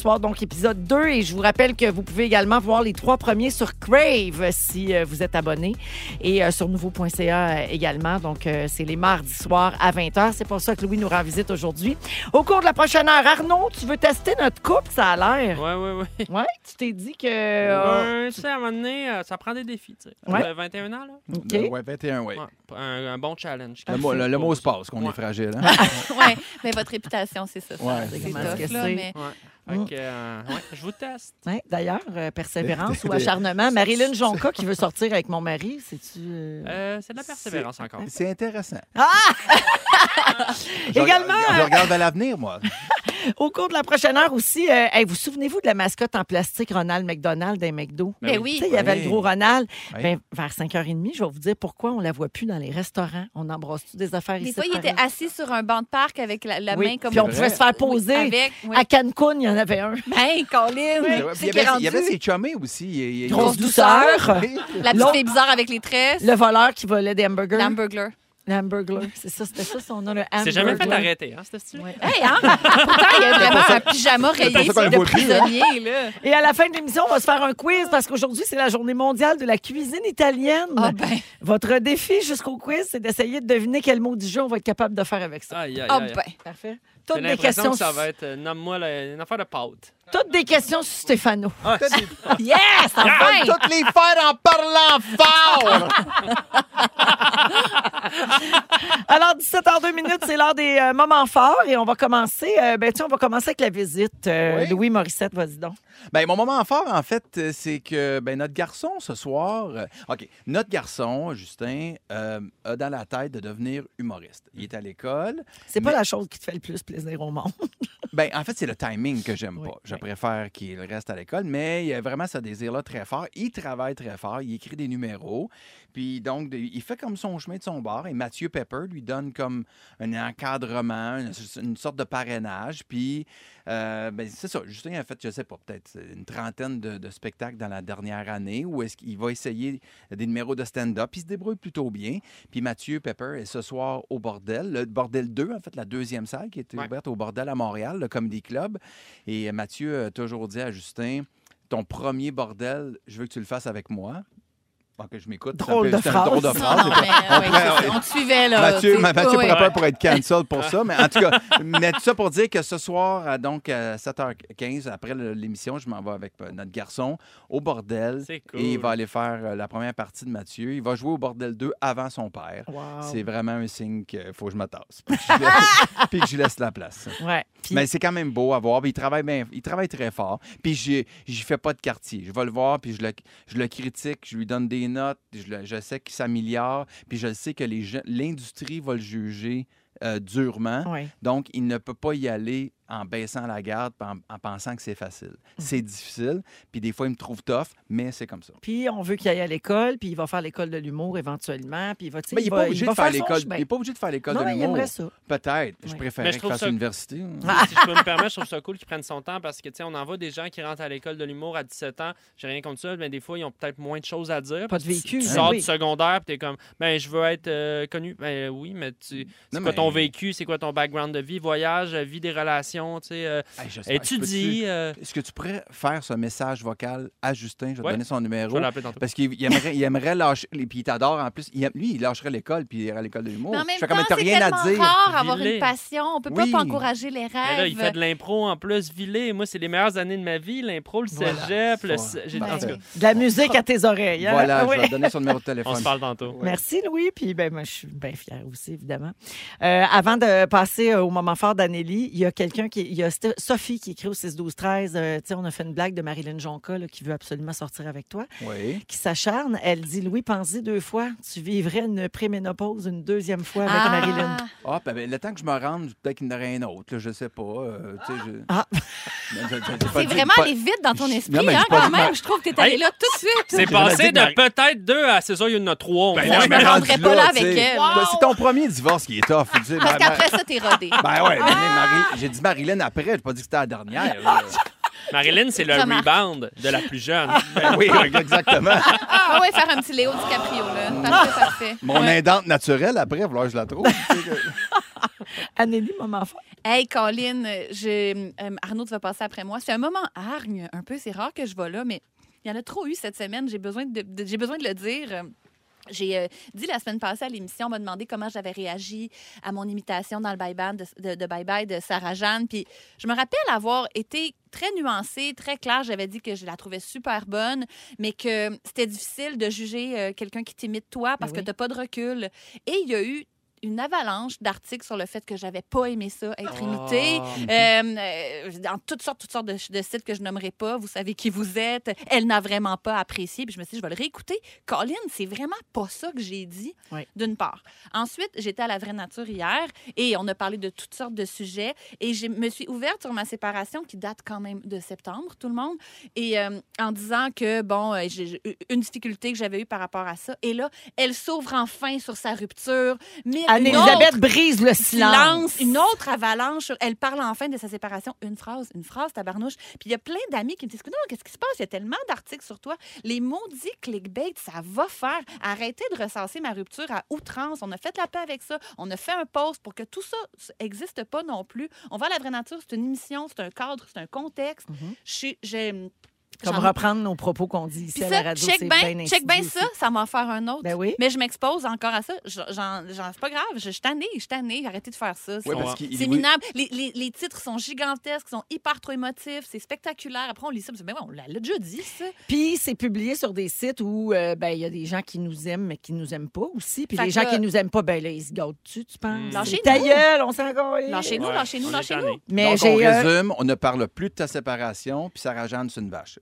soir, donc épisode deux. Et je vous rappelle que vous pouvez également voir les trois premiers sur Crave si euh, vous êtes abonné. Et euh, sur nouveau point c a euh, également. Donc, euh, c'est les mardis soirs à vingt heures. C'est pour ça que Louis nous rend visite aujourd'hui. Au cours de la prochaine heure, Arnaud, tu veux tester notre couple, ça a l'air. Ouais, ouais, ouais. Ouais, tu t'es dit que... euh, Ouais, tu sais, à un moment donné, euh, ça prend des défis, tu sais. Ouais. Euh, vingt et un ans, là. OK. Euh, ouais, vingt et un, oui. Ouais, un, un bon challenge. Le, mot, le, le mot se passe, qu'on Ouais. est fragile. Hein? Oui, mais votre réputation, c'est ça. ça Ouais. c'est Comment tough, est-ce que là, c'est? mais... Ouais. Fait que, euh, ouais, je vous teste. Ouais, d'ailleurs, euh, persévérance ou acharnement. Marilyn Jonca qui veut sortir avec mon mari, c'est-tu... euh, Euh, c'est de la persévérance encore. C'est intéressant. Également, Je regarde- Je regarde vers l'avenir, moi. au cours de la prochaine heure aussi, euh, hey, vous souvenez-vous de la mascotte en plastique Ronald McDonald des McDo? Ben Tu oui. sais, il y avait Oui. le gros Ronald. Oui. Ben, vers cinq heures trente, je vais vous dire pourquoi on la voit plus dans les restaurants. On embrasse-tu des affaires Des ici? fois, il pareil? était assis sur un banc de parc avec la, la Oui, main comme... puis on C'est pouvait vrai. se faire Oui, poser. avec, oui. À Cancun, il y en avait un. Ben, Colin, C'est vrai. Puis c'est Il y qui est avait, il y avait rendu. ses chummés aussi. Il- il- Grosse Grosse douceur. Oui. La petite L'autre- fille bizarre avec les tresses. Le voleur qui volait des hamburgers. L'hamburger. L'hamburger. C'est ça, c'était ça son nom, le hamburger. C'est jamais fait arrêter, hein, ce style. Ouais. Hey, hein? Pourtant, il y a vraiment un pyjama C'est pour rayé ça qu'on le de voit plus, hein? prisonnier, là. Et à la fin de l'émission, on va se faire un quiz parce qu'aujourd'hui, c'est la journée mondiale de la cuisine italienne. Ah ben, Votre défi jusqu'au quiz, c'est d'essayer de deviner quel mot du jeu on va être capable de faire avec ça. Aïe, aïe, ah aïe. ben. Parfait. J'ai Toutes des l'impression questions, que ça va être, euh, nomme-moi la- une affaire de pâte. toutes des questions sur Stéphano. Ah, c'est- Yes, enfin! Toutes les faire en parlant fort! Alors, dix-sept heures deux minutes, c'est l'heure des euh, moments forts et on va commencer. euh, ben, tiens, on va commencer avec la visite. Euh, Oui. Louis Morissette, vas-y donc. Ben, mon moment fort, en fait, euh, c'est que ben, notre garçon, ce soir... euh, OK, notre garçon, Justin, euh, a dans la tête de devenir humoriste. Il est à l'école. C'est pas Mais- la chose qui te fait le plus plaisir au monde. Ben, en fait, c'est le timing que j'aime Oui, pas. Je oui. préfère qu'il reste à l'école, mais il a vraiment ce désir-là très fort. Il travaille très fort, il écrit des numéros. Puis donc, de- il fait comme son chemin de son bord. Et Mathieu Pepper lui donne comme un encadrement, une, une sorte de parrainage. Puis, euh, ben, c'est ça. Justin a fait, je sais pas, peut-être une trentaine de, de spectacles dans la dernière année où est-ce qu'il va essayer des numéros de stand-up. Il se débrouille plutôt bien. Puis Mathieu Pepper est ce soir au Bordel, le Bordel deux, en fait, la deuxième salle qui était Ouais. ouverte au Bordel à Montréal, le Comedy Club. Et Mathieu a toujours dit à Justin, ton premier Bordel, je veux que tu le fasses avec moi. Bon, que je m'écoute. Drôle C'est un de peu- c'est un drôle de phrase. phrase. Non, non, mais, On ouais, pourrait- c'est ça. On te suivait, là. Mathieu, C'est- ma- Mathieu ouais, pourrait ouais. pas pour être cancel pour ça, mais en tout cas, mais tout ça pour dire que ce soir, à, donc à sept heures quinze, après le- l'émission, je m'en vais avec euh, notre garçon au Bordel. C'est cool. Et il va aller faire euh, la première partie de Mathieu. Il va jouer au Bordel deux avant son père. Wow. C'est vraiment un signe qu'il faut que je me tasse. Puis que je laisse- puis que je laisse la place. Ouais. Puis- Mais c'est quand même beau à voir. Puis il travaille bien, il travaille très fort. Puis j'y j'y fais pas de quartier. Je vais le voir, puis je le, je le critique, je lui donne des notes. Je, le- je sais qu'il s'améliore. Puis je sais que les gens- l'industrie va le juger euh, durement. Ouais. Donc, il ne peut pas y aller en baissant la garde puis en, en pensant que c'est facile. C'est difficile. Puis des fois, il me trouve tough, mais c'est comme ça. Puis on veut qu'il aille à l'école, puis il va faire l'école de l'humour éventuellement, puis il va, tu sais, Mais il n'est va- pas obligé va de faire son l'école. chemin. Il est pas obligé de faire l'école Non, de mais il l'humour. aimerait ça. Peut-être. Je Ouais. préférais Mais je qu'il trouve fasse ça- l'université. Si je peux me permettre, je trouve ça cool qu'ils prennent son temps parce que, tu sais, on en voit des gens qui rentrent à l'école de l'humour à dix-sept ans. J'ai rien contre ça, mais des fois, ils ont peut-être moins de choses à dire. Pas de vécu. Tu ben sors oui. du secondaire, puis t'es comme, ben, je veux être euh, connu. Ben oui, mais tu, c'est Non, quoi mais- ton vécu, c'est quoi ton background de vie, voyage, euh, vie des relations, tu sais, euh, Hey, j'espère- étudie. euh, Est-ce que tu pourrais faire ce message vocal à Justin? Je vais te Ouais. donner son je numéro. vais l'appeler tantôt. Parce qu'il il aimerait, il aimerait lâcher. Puis il t'adore en plus. Il aime- lui, il lâcherait l'école puis il irait à l'école de l'humour. Mais en Je même fais temps, comme t'as c'est rien tellement à dire. rare avoir Viler. une passion. On peut Oui. pas encourager les rêves. Mais là, il fait de l'impro en plus, vilé. Moi, c'est les meilleures années de ma vie, l'impro, le Voilà. cégep, le... Voilà. j'ai- Ben, en tout cas, De la musique à tes oreilles. hein? Voilà, Oui. je vais te donner son numéro de on téléphone. se parle tantôt. Merci, Louis. Puis, ben, moi, je suis bien fière aussi, évidemment. Euh, avant de passer euh, au moment fort d'Anneli, il y a quelqu'un qui. Il y a St- Sophie qui écrit au six douze treize. Euh, tu sais, on a fait une blague de Marilyn Jonca là, qui veut absolument sortir avec toi, Oui. qui s'acharne. Elle dit Louis, pense-y deux fois. Tu vivrais une préménopause une deuxième fois avec Ah. Marilyn. Ah, ben, ben, le temps que je me rende, peut-être qu'il y en aurait un autre. Là, je sais pas. euh, tu sais, je- Ah. Mais je- je- j'ai pas C'est dit- vraiment pas- allé vite dans ton esprit, Non, mais hein, j'ai pas quand dit même. ma- Je trouve que t'es allé Hey. là tout de suite. C'est J'ai passé jamais dit de Marie- peut-être deux à c'est ça, il y en a trois. au Ben, moins. non, je mais me rendrais rendu pas là tu sais, avec elle. ben, c'est ton premier divorce qui est tough. tu sais, Parce ma- qu'après ça, t'es rodé. ma- Ben ouais, mais Marie- j'ai dit Marilyn après, j'ai pas dit que c'était la dernière. là. Marilyn, c'est le Remarque. rebound de la plus jeune. Ben oui, exactement. Ah ouais, faire un petit Léo DiCaprio, là. Parfait, parfait. Mon Ouais. indente naturelle, après, il va falloir que je la trouve. Tu sais que- Anneli, moment fort. Hey, Colin, je, euh, Arnaud, tu vas passer après moi. C'est un moment hargne, un peu. C'est rare que je vais là, mais il y en a trop eu cette semaine. J'ai besoin de, de- j'ai besoin de le dire. J'ai euh, dit la semaine passée à l'émission, on m'a demandé comment j'avais réagi à mon imitation dans le Bye Bye de, de, de Bye Bye de Sarah-Jeanne. Puis je me rappelle avoir été très nuancée, très claire. J'avais dit que je la trouvais super bonne, mais que c'était difficile de juger euh, quelqu'un qui t'imite toi parce Ben oui. que t'as pas de recul. Et il y a eu une avalanche d'articles sur le fait que j'avais pas aimé ça, être imitée. Oh. Euh, euh, dans toutes sortes, toutes sortes de, de sites que je nommerai pas. Vous savez qui vous êtes. Elle n'a vraiment pas apprécié. Puis je me suis dit, je vais le réécouter. Colin, c'est vraiment pas ça que j'ai dit, Oui. d'une part. Ensuite, j'étais à La Vraie Nature hier et on a parlé de toutes sortes de sujets. Et je me suis ouverte sur ma séparation qui date quand même de septembre, tout le monde. Et euh, en disant que, bon, euh, j'ai j'ai eu une difficulté que j'avais eue par rapport à ça. Et là, elle s'ouvre enfin sur sa rupture. Mais Anne-Élisabeth brise le silence. silence, une autre avalanche. Elle parle enfin de sa séparation. Une phrase, une phrase, tabarnouche. Puis il y a plein d'amis qui me disent, non, qu'est-ce qui se passe? Il y a tellement d'articles sur toi. Les maudits clickbait, ça va faire. Arrêtez de ressasser ma rupture à outrance. On a fait la paix avec ça. On a fait un post pour que tout ça n'existe pas non plus. On va à La Vraie Nature. C'est une émission, c'est un cadre, c'est un contexte. Mhm. Je suis- j'ai... Comme j'en- reprendre nos propos qu'on dit ici Puis à la ça, radio, check c'est bien, bien check bien insidieux ça, aussi. ça m'en faire un autre. Ben oui. Mais je m'expose encore à ça. J'en, j'en, c'est pas grave, je je suis tannée, je suis tannée. Arrêtez de faire ça. C'est, Oui, parce Ouais. qu'il- c'est oui. minable. Les, les, les titres sont gigantesques, sont hyper trop émotifs, c'est spectaculaire. Après, on lit ça, on se dit, ben ouais, on l'a, l'a déjà dit, ça. Puis c'est publié sur des sites où euh, ben il y a des gens qui nous aiment mais qui nous aiment pas aussi. Puis Fait les que gens là- qui nous aiment pas, ben là, ils se gâtent-tu, tu penses? Mm. Lâchez-nous. Ta gueule, on s'en va. Lâchez-nous, Ouais, lâchez-nous, on est lâchez-nous. tannés. Mais Donc, on j'ai euh, résume, on ne parle plus de ta séparation, puis Sarah-Jeanne, c'est une vache.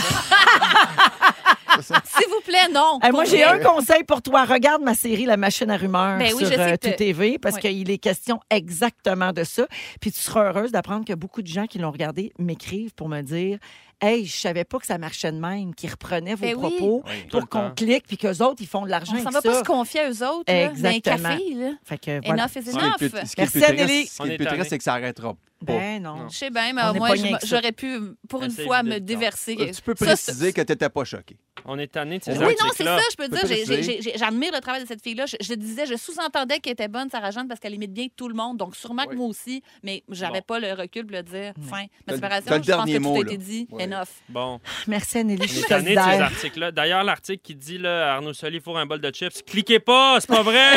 S'il vous plaît, non. Hey, moi, Pour j'ai vrai. un conseil pour toi. Regarde ma série La Machine à rumeurs Ben oui, sur je sais euh, que Tout T V parce Oui. qu'il est question exactement de ça. Puis tu seras heureuse d'apprendre que beaucoup de gens qui l'ont regardé m'écrivent pour me dire Hey, je savais pas que ça marchait de même, qu'ils reprenaient vos Ben oui. propos Oui, tout pour le qu'on temps. clique puis qu'eux autres, ils font de l'argent On s'en avec va ça. pas se confier à eux autres, là, dans un Exactement. café, là. Fait que voilà. Enough is Ce qui est le enough. plus- ce qui est le Merci, plus triste, Anneli. ce qui est On le est plus triste, tannés. c'est que ça n'arrêtera pas. Ben non. Non. Je sais bien, mais On est moi, pogné je- avec ça. j'aurais pu, pour une Essaye fois, de- me non. déverser. Tu peux Ça, préciser c'est- que tu n'étais pas choqué. On est tanné de ces Oui, Oui, non, c'est articles-là. ça, je peux Peux dire. J'ai- préciser. j'ai- j'ai- J'admire le travail de cette fille-là. Je, je disais, je sous-entendais qu'elle était bonne, Sarah-Jeanne, parce qu'elle imite bien tout le monde. Donc, sûrement que Oui. moi aussi, mais j'avais Bon. pas le recul pour le dire. Fin. T'as Ma le- séparation, t'as le je pense dernier que tout mot, a là. été dit. Oui. Enough. Bon, Merci, Anneli. on Je suis est tanné de ces solidaire. articles-là. D'ailleurs, l'article qui dit là, Arnaud Soli fourre un bol de chips, cliquez pas, c'est pas vrai!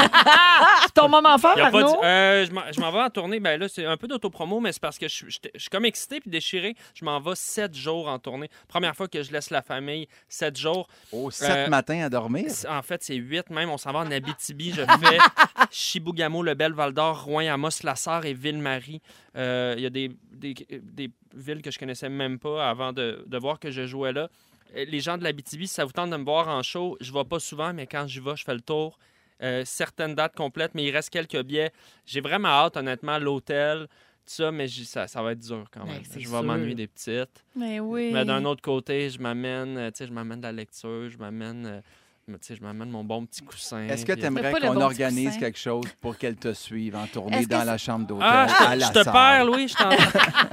Ton moment fort, Il y a pas Arnaud? de- euh, je m'en- je m'en vais en tournée. Ben là, c'est un peu d'autopromo, mais c'est parce que je, suis- j'étais- je suis comme excité puis déchiré. Je m'en vais sept jours en tournée. Première fois que je laisse la famille, sept jours. Au sept Euh, matins à dormir. C'est- En fait, c'est huit même. On s'en va en Abitibi. Je fais Chibougamau, Le Bel, Val-d'Or, Rouen, Amos, Lassar et Ville-Marie. Euh, Il y a des, des, des villes que je connaissais même pas avant de, de voir que je jouais là. Euh, Les gens de l'Abitibi, si ça vous tente de me voir en show, je ne vais pas souvent, mais quand j'y vais, je fais le tour. Euh, certaines dates complètes, mais il reste quelques billets. J'ai vraiment hâte, honnêtement, l'hôtel, tout ça, mais j'y- ça, ça va être dur quand Ben, même. c'est je sûr. vais m'ennuyer des petites. Mais oui. Mais d'un autre côté, je m'amène, euh, tu sais, je m'amène de la lecture, je m'amène, euh, tu sais, je m'amène mon bon petit coussin. Est-ce que puis- tu aimerais pas le qu'on bon petit organise coussin. quelque chose pour qu'elle te suive en tournée Est-ce que dans c'est- la chambre d'hôtel? Ah, je à te, la je te salle? perds, Louis. Je t'en...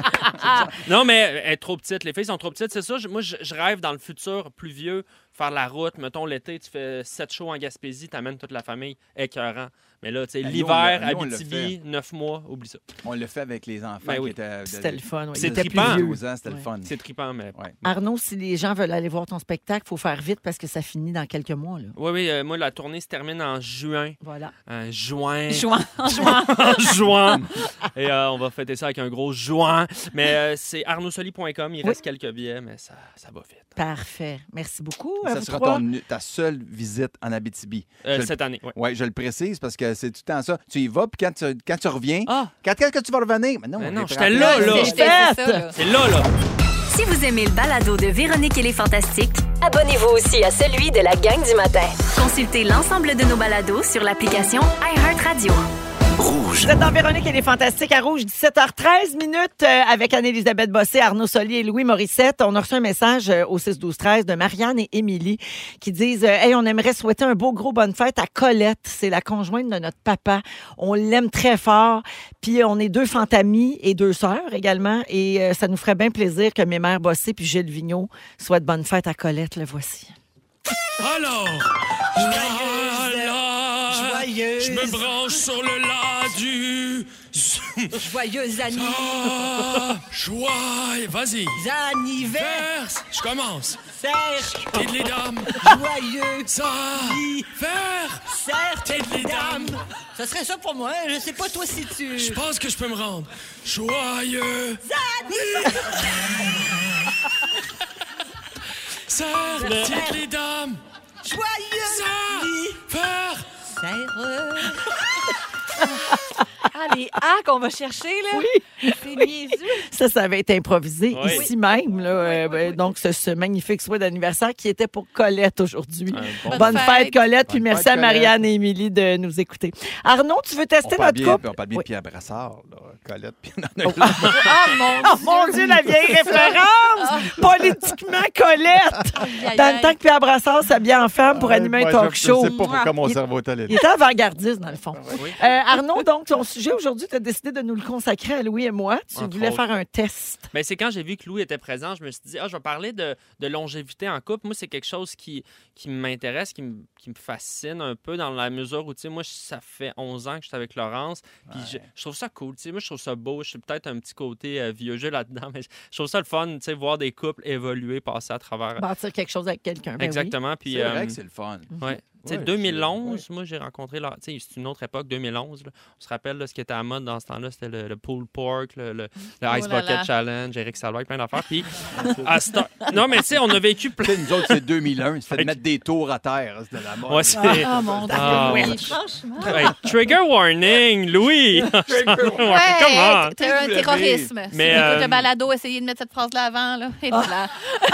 non, mais elle est trop petite. Les filles sont trop petites. C'est ça. Je- moi, je, je rêve dans le futur plus vieux, faire la route. Mettons, l'été, tu fais sept shows en Gaspésie, t'amènes toute la famille. Écœurant. Mais là, tu sais, Ben, nous, l'hiver, on l'a- nous, on l'a Abitibi, neuf mois, oublie ça. On le fait avec les enfants Ben oui. qui étaient... de- C'était le fun. oui. C'est Il était trippant. plus vieux. douze ans, c'était Ouais. le fun. C'est trippant, mais... Ouais. Arnaud, si les gens veulent aller voir ton spectacle, il faut faire vite parce que ça finit dans quelques mois. Là. Oui, oui, euh, moi, la tournée se termine en juin. Voilà. En juin. Jouant, en jouant. en juin. Et euh, on va fêter ça avec un gros juin. Mais euh, c'est arnaud soli point com. Il Oui. reste quelques billets, mais ça, ça va vite. Parfait. Merci beaucoup. à Ça vous sera trois. ton- ta seule visite en Abitibi. Euh, Je le- cette année, oui. Oui, je le précise parce que c'est tout le temps ça. Tu y vas, puis quand tu, quand tu reviens, Ah, quand est-ce que tu vas revenir? Mais non, Mais on non, est j'étais rappelé. là, là. C'est- C'est c'est fait. ça, là. c'est là, là. Si vous aimez le balado de Véronique et les Fantastiques, abonnez-vous aussi à celui de la gang du matin. Consultez l'ensemble de nos balados sur l'application iHeartRadio. Vous êtes dans Véronique et les Fantastiques à Rouge, dix-sept heures treize minutes euh, avec Anne-Élisabeth Bossé, Arnaud Soli et Louis Morissette. On a reçu un message euh, au six douze treize de Marianne et Émilie qui disent euh, Hey, on aimerait souhaiter un beau gros bonne fête à Colette. C'est la conjointe de notre papa. On l'aime très fort. Puis on est deux fantamis et deux sœurs également. Et euh, ça nous ferait bien plaisir que mes mères Bossé puis Gilles Vigneault souhaitent bonne fête à Colette. Le voici. Alors, alors, Joyeuse. Je me branche sur le la du... Joyeuse anniversaire. Ah, joie, vas-y. Anniversaire. Verse, je commence. Serge. Et les dames. Joyeux. Ça, faire. Certes, Et les dames. Ça serait ça pour moi. Je sais pas toi si tu... Je pense que je peux me rendre. Joyeux. Ça, et les dames. Joyeux. Ça, faire. Serre. Ah, les A qu'on va chercher, là. Oui. C'est niaiseux. Ça, ça avait été improvisé Oui. ici même. Là, euh, ben, donc, ce, ce magnifique souhait d'anniversaire qui était pour Colette aujourd'hui. Un bon- Bonne Bonne fête, fête. Colette, puis Bonne merci fête, à Marianne Colette. et Émilie de nous écouter. Arnaud, tu veux On tester parle notre bien, couple? on parle bien Oui. de Pierre Brassard, là, Colette, puis on en a Oh. plein. Oh, mon Oh mon Dieu, la vieille référence! Politiquement Colette! Aïe, aïe, Dans le aïe. temps que Pierre Brassard s'habillait en femme pour Ouais, animer un moi, talk je- show. Je sais pas pourquoi mon Il- cerveau est allé Il là. était avant-gardiste, dans le fond. Oui. Euh, Arnaud, donc, ton sujet aujourd'hui, tu as décidé de nous le consacrer à Louis et moi. Tu Entre voulais autres. faire un test. Ben, c'est quand j'ai vu que Louis était présent, je me suis dit, ah, je vais parler de, de longévité en couple. Moi, c'est quelque chose qui, qui m'intéresse, qui me, qui me fascine un peu dans la mesure où, tu sais, moi, ça fait onze ans que je suis avec Laurence. Puis je, je trouve ça cool. Tu sais, moi, je trouve ça beau. Je suis peut-être un petit côté euh, vieux jeu là-dedans, mais je trouve ça le fun, tu sais, voir des couples évoluer, passer à travers. Bâtir quelque chose avec quelqu'un. Ben oui. Exactement. Puis, C'est vrai euh, que c'est le fun. ouais. Tu sais, Ouais, deux mille onze, c'est- moi, j'ai rencontré... Laure- Tu sais, c'est une autre époque, deux mille onze. Là. On se rappelle, là, ce qui était à mode dans ce temps-là, c'était le, le pulled pork, le, le, le Oh Ice là Bucket là. Challenge, Eric Salvaire, plein d'affaires. Puis, à cette heure- Non, mais tu sais, on a vécu Tu plein... sais, nous autres, c'est deux mille un. C'est fait de mettre des tours à terre. C'était la mode. Ouais, c'est... Ah, mon Dieu. Ah, Oui, ouais. franchement. Hey, trigger warning, Louis! Ouais, Comment? t'es un terrorisme. Mais, Mais, si t'écoutes euh, le balado, essayez de mettre cette phrase-là avant. Là. Et voilà.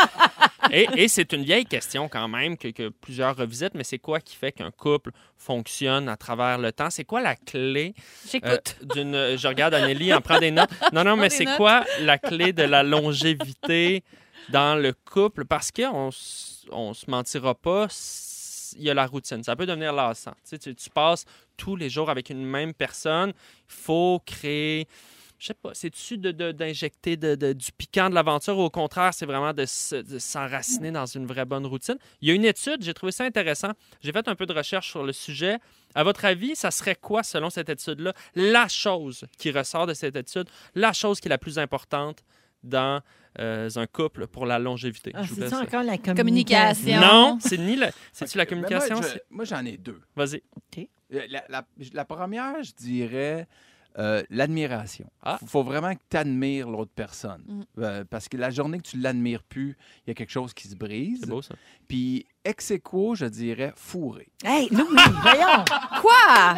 Et, et c'est une vieille question quand même que, que plusieurs revisitent, mais c'est quoi qui fait qu'un couple fonctionne à travers le temps? C'est quoi la clé euh, J'écoute. d'une... Je regarde Anneli en prend des notes. Non, non, mais des c'est notes. quoi la clé de la longévité dans le couple? Parce qu'on s- on se mentira pas, s- il y a la routine. Ça peut devenir lassant. Tu sais, tu, tu passes tous les jours avec une même personne. Il faut créer... Je sais pas, c'est-tu de, de- d'injecter de, de- du piquant de l'aventure ou au contraire, c'est vraiment de, se- de s'enraciner dans une vraie bonne routine? Il y a une étude, j'ai trouvé ça intéressant. J'ai fait un peu de recherche sur le sujet. À votre avis, ça serait quoi, selon cette étude-là, la chose qui ressort de cette étude, la chose qui est la plus importante dans euh, un couple pour la longévité? Ah, Je vous c'est laisse- ça encore la Communication. communication? Non, c'est ni la... C'est-tu la Mais moi, communication? je- c'est- Moi, j'en ai deux. Vas-y. Euh, La, la- la première, je dirais euh, l'admiration. Il Ah. faut, faut vraiment que tu admires l'autre personne. Mm. Euh, parce que la journée que tu l'admires plus, il y a quelque chose qui se brise. C'est beau, ça. Puis, ex aequo, je dirais fourré. Hey, Louis, voyons! Quoi?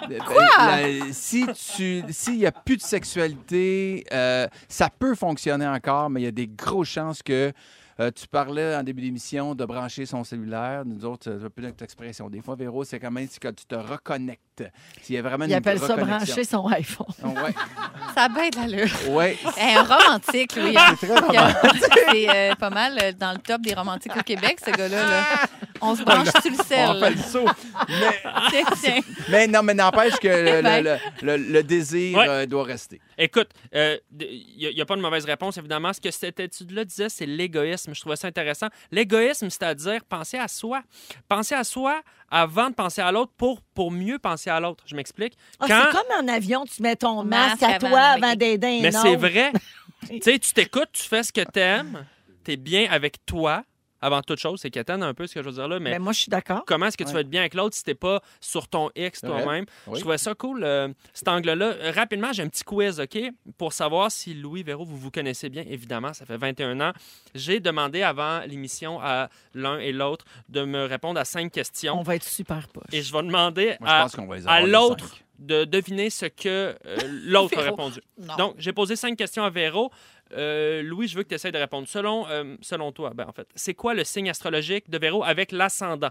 Quoi? si tu, s'il n'y a plus de sexualité, euh, ça peut fonctionner encore, mais il y a des grosses chances que euh, tu parlais en début d'émission de brancher son cellulaire. Nous autres, c'est un peu notre expression. Des fois, Véro, c'est quand même que tu te reconnectes. S'il y a vraiment Il une appelle ça reconnexion. brancher son iPhone. Ouais, Ça a bien de l'allure. ouais. Hey, un romantique, Louis. C'est très romantique. C'est euh, pas mal euh, dans le top des romantiques au Québec, ce gars-là. Là. On se branche sur le On sel. fait le saut. Mais, Tiens, tiens. mais non, mais n'empêche que le, Ben. le- le- le désir Ouais. euh, doit rester. Écoute, il n'y a, pas de mauvaise réponse, évidemment. Ce que cette étude-là disait, c'est l'égoïsme. Je trouvais ça intéressant. L'égoïsme, c'est-à-dire penser à soi. Penser à soi avant de penser à l'autre pour, pour mieux penser à l'autre. Je m'explique. Ah, Quand... c'est comme en avion, tu mets ton masque, Masque à avant toi avec- avant d'aider un Mais autre. c'est vrai. Tu sais, tu t'écoutes, tu fais ce que t'aimes, t'es bien avec toi. Avant toute chose, c'est qu'attendre un peu ce que je veux dire là, mais Ben, moi, je suis d'accord. comment est-ce que tu Ouais. vas être bien avec l'autre si t'es pas sur ton X C'est vrai. toi-même? Oui. Je trouvais ça cool, euh, cet angle-là. Euh, rapidement, j'ai un petit quiz, OK? Pour savoir si Louis Véro, vous vous connaissez bien, évidemment, ça fait vingt et un ans. J'ai demandé avant l'émission à l'un et l'autre de me répondre à cinq questions. On va être super poche. Et je vais demander Moi, je à, pense qu'on va les à avoir. les l'autre cinq. de deviner ce que euh, l'autre a Véro. répondu. Non. Donc, j'ai posé cinq questions à Véro. Euh, Louis, je veux que tu essaies de répondre. Selon, euh, selon toi, ben, en fait, c'est quoi le signe astrologique de Véro avec l'ascendant?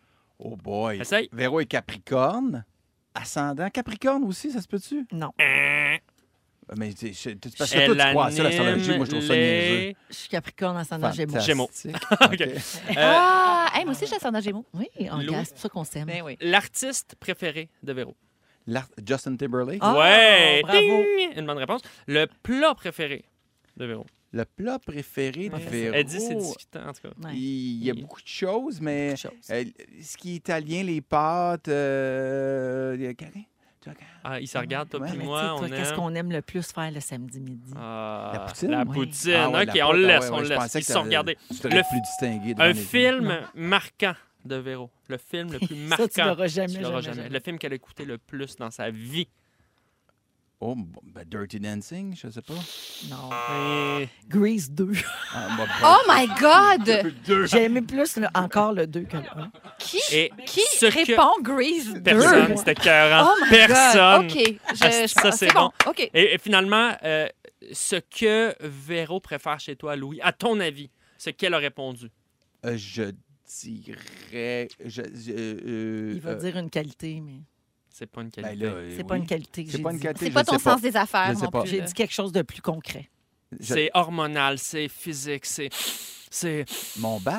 Oh boy. Essaye. Véro est Capricorne. Ascendant. Capricorne aussi, ça se peut-tu? Non. Mais c'est c'est- c'est parce que toi, tu crois à ça, l'astrologie. Moi, je trouve ça niaiseux. les... Je suis Capricorne ascendant Gémeaux. Gémeaux. Fantastique. OK. OK. Euh, Ah, hey, moi aussi, j'ai ascendant Gémeaux. Oui, on Louis. regarde, c'est pour ça qu'on s'aime. Ben oui. L'artiste préféré de Véro? L'art- Justin Timberlake. Ah, ouais! bravo. Ding! Une bonne réponse. Le plat préféré de Véro? Le plat préféré de Ouais. Véro. Elle dit c'est discutant, en tout cas. Ouais. Il y a Il- beaucoup de choses, mais Beaucoup de choses. euh, ce qui est italien, les pâtes, euh, les carrés. Tu vois, Ah, ils se regardent, toi Ouais, puis Mais moi, tu sais, on toi, qu'est-ce aime... qu'on aime le plus faire le samedi midi? Ah, La poutine? La Oui. poutine. Ah ouais, OK, la on pâte, le ah laisse, ouais, on ouais, le je laisse. pensais Ils que se sont t'avais- regardés. Tu t'aurais Le- plus distingué devant Un les- film marquant de Véro. Le film le plus marquant. Ça, tu l'auras jamais, Tu l'auras jamais, jamais. jamais. Le film qu'elle a écouté le plus dans sa vie. Oh, bon, ben, Dirty Dancing, je sais pas. Non. Et- Grease deux. Ah, bah, Oh my God! J'ai aimé plus le- encore le deux que le un. Qui, Et qui ce que- répond Grease deux? Personne, c'était écœurant. Oh my Personne. God! OK. Je, Ah, je- ça, c'est c'est bon. OK. Et, et finalement, euh, ce que Véro préfère chez toi, Louis, à ton avis, ce qu'elle a répondu. Euh, je dirais. Je, je- euh, Il va euh, dire une qualité, mais C'est pas une ben qualité. là, euh, c'est pas oui. une qualité que C'est j'ai pas une dit. qualité. C'est je pas sais ton sens des affaires Je sais non pas. plus. J'ai là. dit quelque chose de plus concret. Je- C'est hormonal, c'est physique, c'est... C'est... Mon bat?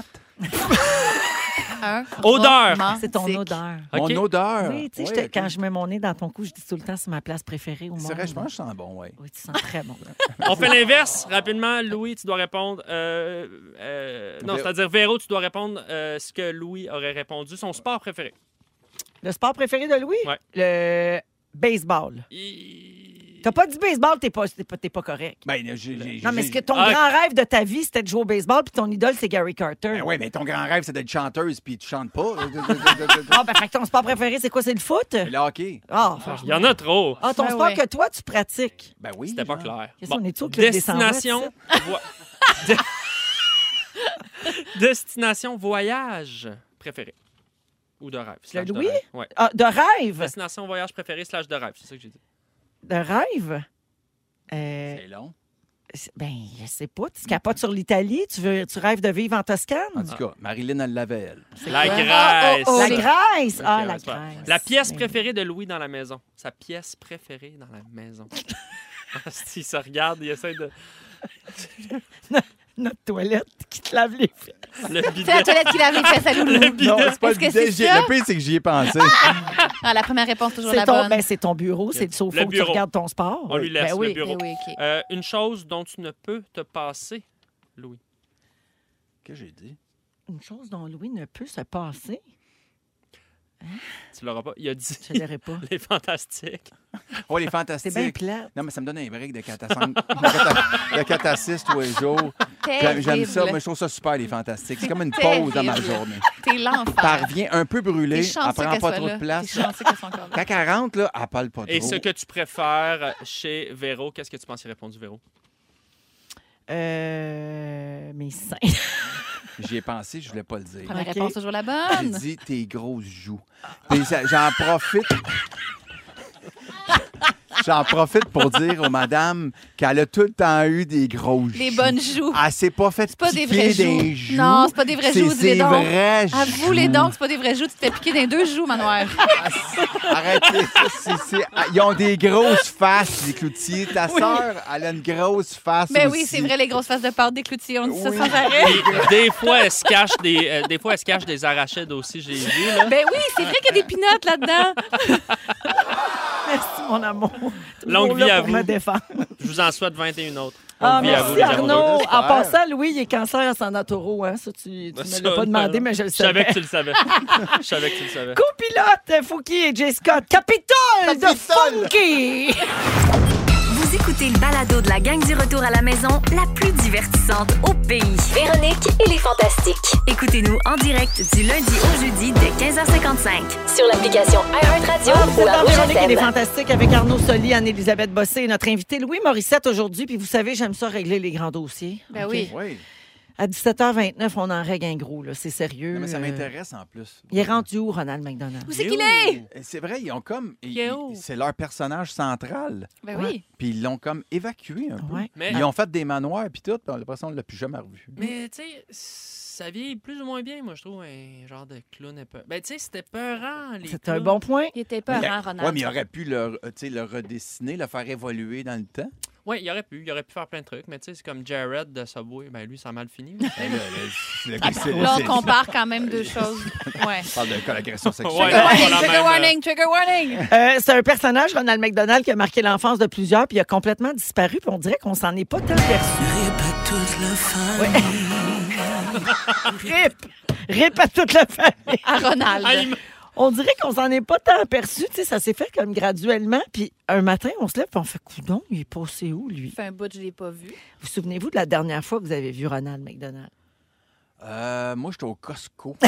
Un Odeur. romantique. C'est ton odeur. OK. Mon odeur. Oui, tu sais, Ouais, j'étais- ok. quand je mets mon nez dans ton cou, je dis tout le temps c'est ma place préférée au monde. C'est vrai, je pense que je sens bon, oui. Oui, tu sens très bon. On fait l'inverse. Rapidement, Louis, tu dois répondre... euh, euh, non, Vé- c'est-à-dire Véro, tu dois répondre euh, ce que Louis aurait répondu. Son sport préféré. Le sport préféré de Louis? Ouais. Le baseball. Il- T'as pas dit baseball, t'es pas, t'es pas, t'es pas correct. Ben, j'ai- j'ai- Non, mais j'ai- est-ce que ton Ah. grand rêve de ta vie, c'était de jouer au baseball, puis ton idole, c'est Gary Carter? Ben oui, mais ton grand rêve, c'est d'être chanteuse, puis tu chantes pas. Ah, ben, fait que ton sport préféré, c'est quoi? C'est le foot? Le hockey. Ah, Il y en a trop. ah, ton Ben sport ouais. que toi, tu pratiques. Ben oui. C'était pas genre. clair. Qu'est-ce Bon. qu'on est-tu au club des Destination... vo- De- Destination voyage préférée. Ou de rêve. slash de Louis? rêve. Ouais. Ah, de rêve? Destination voyage préférée slash de rêve. C'est ça que j'ai dit. De rêve? Euh, C'est long. c'est- ben, je sais pas. Tu capotes sur l'Italie? Tu, veux, tu rêves de vivre en Toscane? En tout cas, Marilyn, elle l'avait, elle. La quoi? Grèce. Oh, oh, La c'est- Grèce! Ah, Ok, la ouais, c'est pas- Grèce. La pièce Mais- préférée de Louis dans la maison. Sa pièce préférée dans la maison. S'il se regarde, il essaie de... Notre toilette qui te lave les fesses. Le C'est bidet. la toilette qui lave les fesses à Loulou. Le bidet. Non, c'est pas Est-ce le que c'est bidet. j'y- ça? Le pire, c'est que j'y ai pensé. Ah, la première réponse, toujours C'est la ton, bonne. ben, c'est ton bureau, c'est le sofa Le où tu bureau. regardes ton sport. On lui laisse Ben oui. le bureau. Eh oui, OK. Euh, une chose dont tu ne peux te passer, Louis. Qu'est-ce que j'ai dit? Une chose dont Louis ne peut se passer, Tu l'auras pas. Il a dit je ne dirais pas. les fantastiques. Oh, les C'est fantastiques. bien plat. Non, mais ça me donne un break de quatre à cinq. de quatre à six tous les jours. J'aime j'aime ça. Terrible. Moi, je trouve ça super, les fantastiques. C'est comme une Terrible. pause dans ma journée. T'es Elle l'enfer. revient un peu brûlée. T'es Elle chanceux prend qu'elle pas soit trop là. de place. T'es chanceux qu'elle soit encore là. Quand elle rentre, là, elle parle pas trop. Et ce que tu préfères chez Véro, qu'est-ce que tu penses y répondu, Véro? Euh, mes seins. J'y ai pensé, je voulais pas le dire. Première OK. réponse, toujours la J'ai bonne. dit tes grosses joues. Puis ça- j'en profite. J'en profite pour dire aux madames qu'elle a tout le temps eu des grosses Les joues. bonnes joues. Elle s'est pas fait C'est pas des piquer vraies joues. des joues. Non, c'est pas des vraies C'est joues, dis-les ses donc. vraies Avoue les joues. donc, c'est pas des vraies joues. Tu te fais piquer dans les deux joues, manoir. Arrêtez ça. c'est- c'est- Ils ont des grosses faces, les cloutiers. Ta sœur, elle a une grosse face Ben aussi. oui, c'est vrai, les grosses faces de pâte des cloutiers, on dit ça Oui. sans arrêt. Des, des fois, elle se cache des, euh, des fois, elle se cache des arachides aussi, j'ai vu. Là. Ben oui, c'est vrai qu'il y a des pinottes là-dedans. Merci, mon amour. Longue Toujours vie là à pour vous. me défendre. Je vous en souhaite vingt et un autres. Ah, Longue vie à merci, vous, les amoureux. Arnaud. J'espère. En passant, Louis, il est cancer à San Taureau. Hein? Ça, tu, tu me Ça, l'as pas demandé, mais je le Je savais savais. que tu le savais. Je savais que tu le savais. Copilote, Fouki et J. Scott. Capitole de Capitole. Funky! Vous écoutez le balado de la gang du retour à la maison, la plus divertissante au pays. Véronique et les Fantastiques. Écoutez-nous en direct du lundi au jeudi dès quinze heures cinquante-cinq. Sur l'application iHeartRadio Ah, vous ou êtes à dans Rouge Véronique et les F M. Fantastiques avec Arnaud Soli, Anne-Élisabeth Bossé et notre invité Louis Morissette aujourd'hui. Puis vous savez, j'aime ça régler les grands dossiers. Ben OK? oui. Oui. À dix-sept heures vingt-neuf, on en règle un gros, là. C'est sérieux. Non, mais ça Euh, m'intéresse en plus. Il est rendu où, Ronald McDonald? Où c'est qu'il est? C'est vrai, ils ont comme. ils- Il est où? ils- C'est leur personnage central. Ben oui. Puis ils l'ont comme évacué un peu. Ouais. Mais, Ils ont fait des manoirs puis tout, puis l'impression qu'on ne l'a plus jamais revu. mais tu sais, ça vieillit plus ou moins bien, moi, je trouve, un genre de clown un peu. Ben, tu sais, c'était peurant, les C'est un clowns. bon point. Il était pas Mais- rare, Ronald. Ouais, mais il aurait pu le, euh, tu sais, le redessiner, le faire évoluer dans le temps. Oui, il aurait pu. Il aurait pu faire plein de trucs. Mais tu sais, c'est comme Jared de Subway. Ben lui, ça a mal fini. Ben là, là, c'est- le gars, c'est- Là, on c'est- compare quand même deux choses. Ouais. On parle de cas d'agression sexuelle. Ouais, Trigger non, warning, pas la trigger même, warning, trigger warning. Euh, c'est un personnage, Ronald McDonald, qui a marqué l'enfance de plusieurs, puis il a complètement disparu, puis on dirait qu'on s'en est pas tant perçu. Répète toute la famille. Rip! Rip à toute la famille. À Ronald. Ah, il me- On dirait qu'on s'en est pas tant aperçu, tu sais, ça s'est fait comme graduellement, puis un matin, on se lève, puis on fait « Coudon, il est passé où, lui? fait un bout, je l'ai pas vu. » Vous souvenez-vous de la dernière fois que vous avez vu Ronald McDonald? Euh, moi, j'étais au Costco.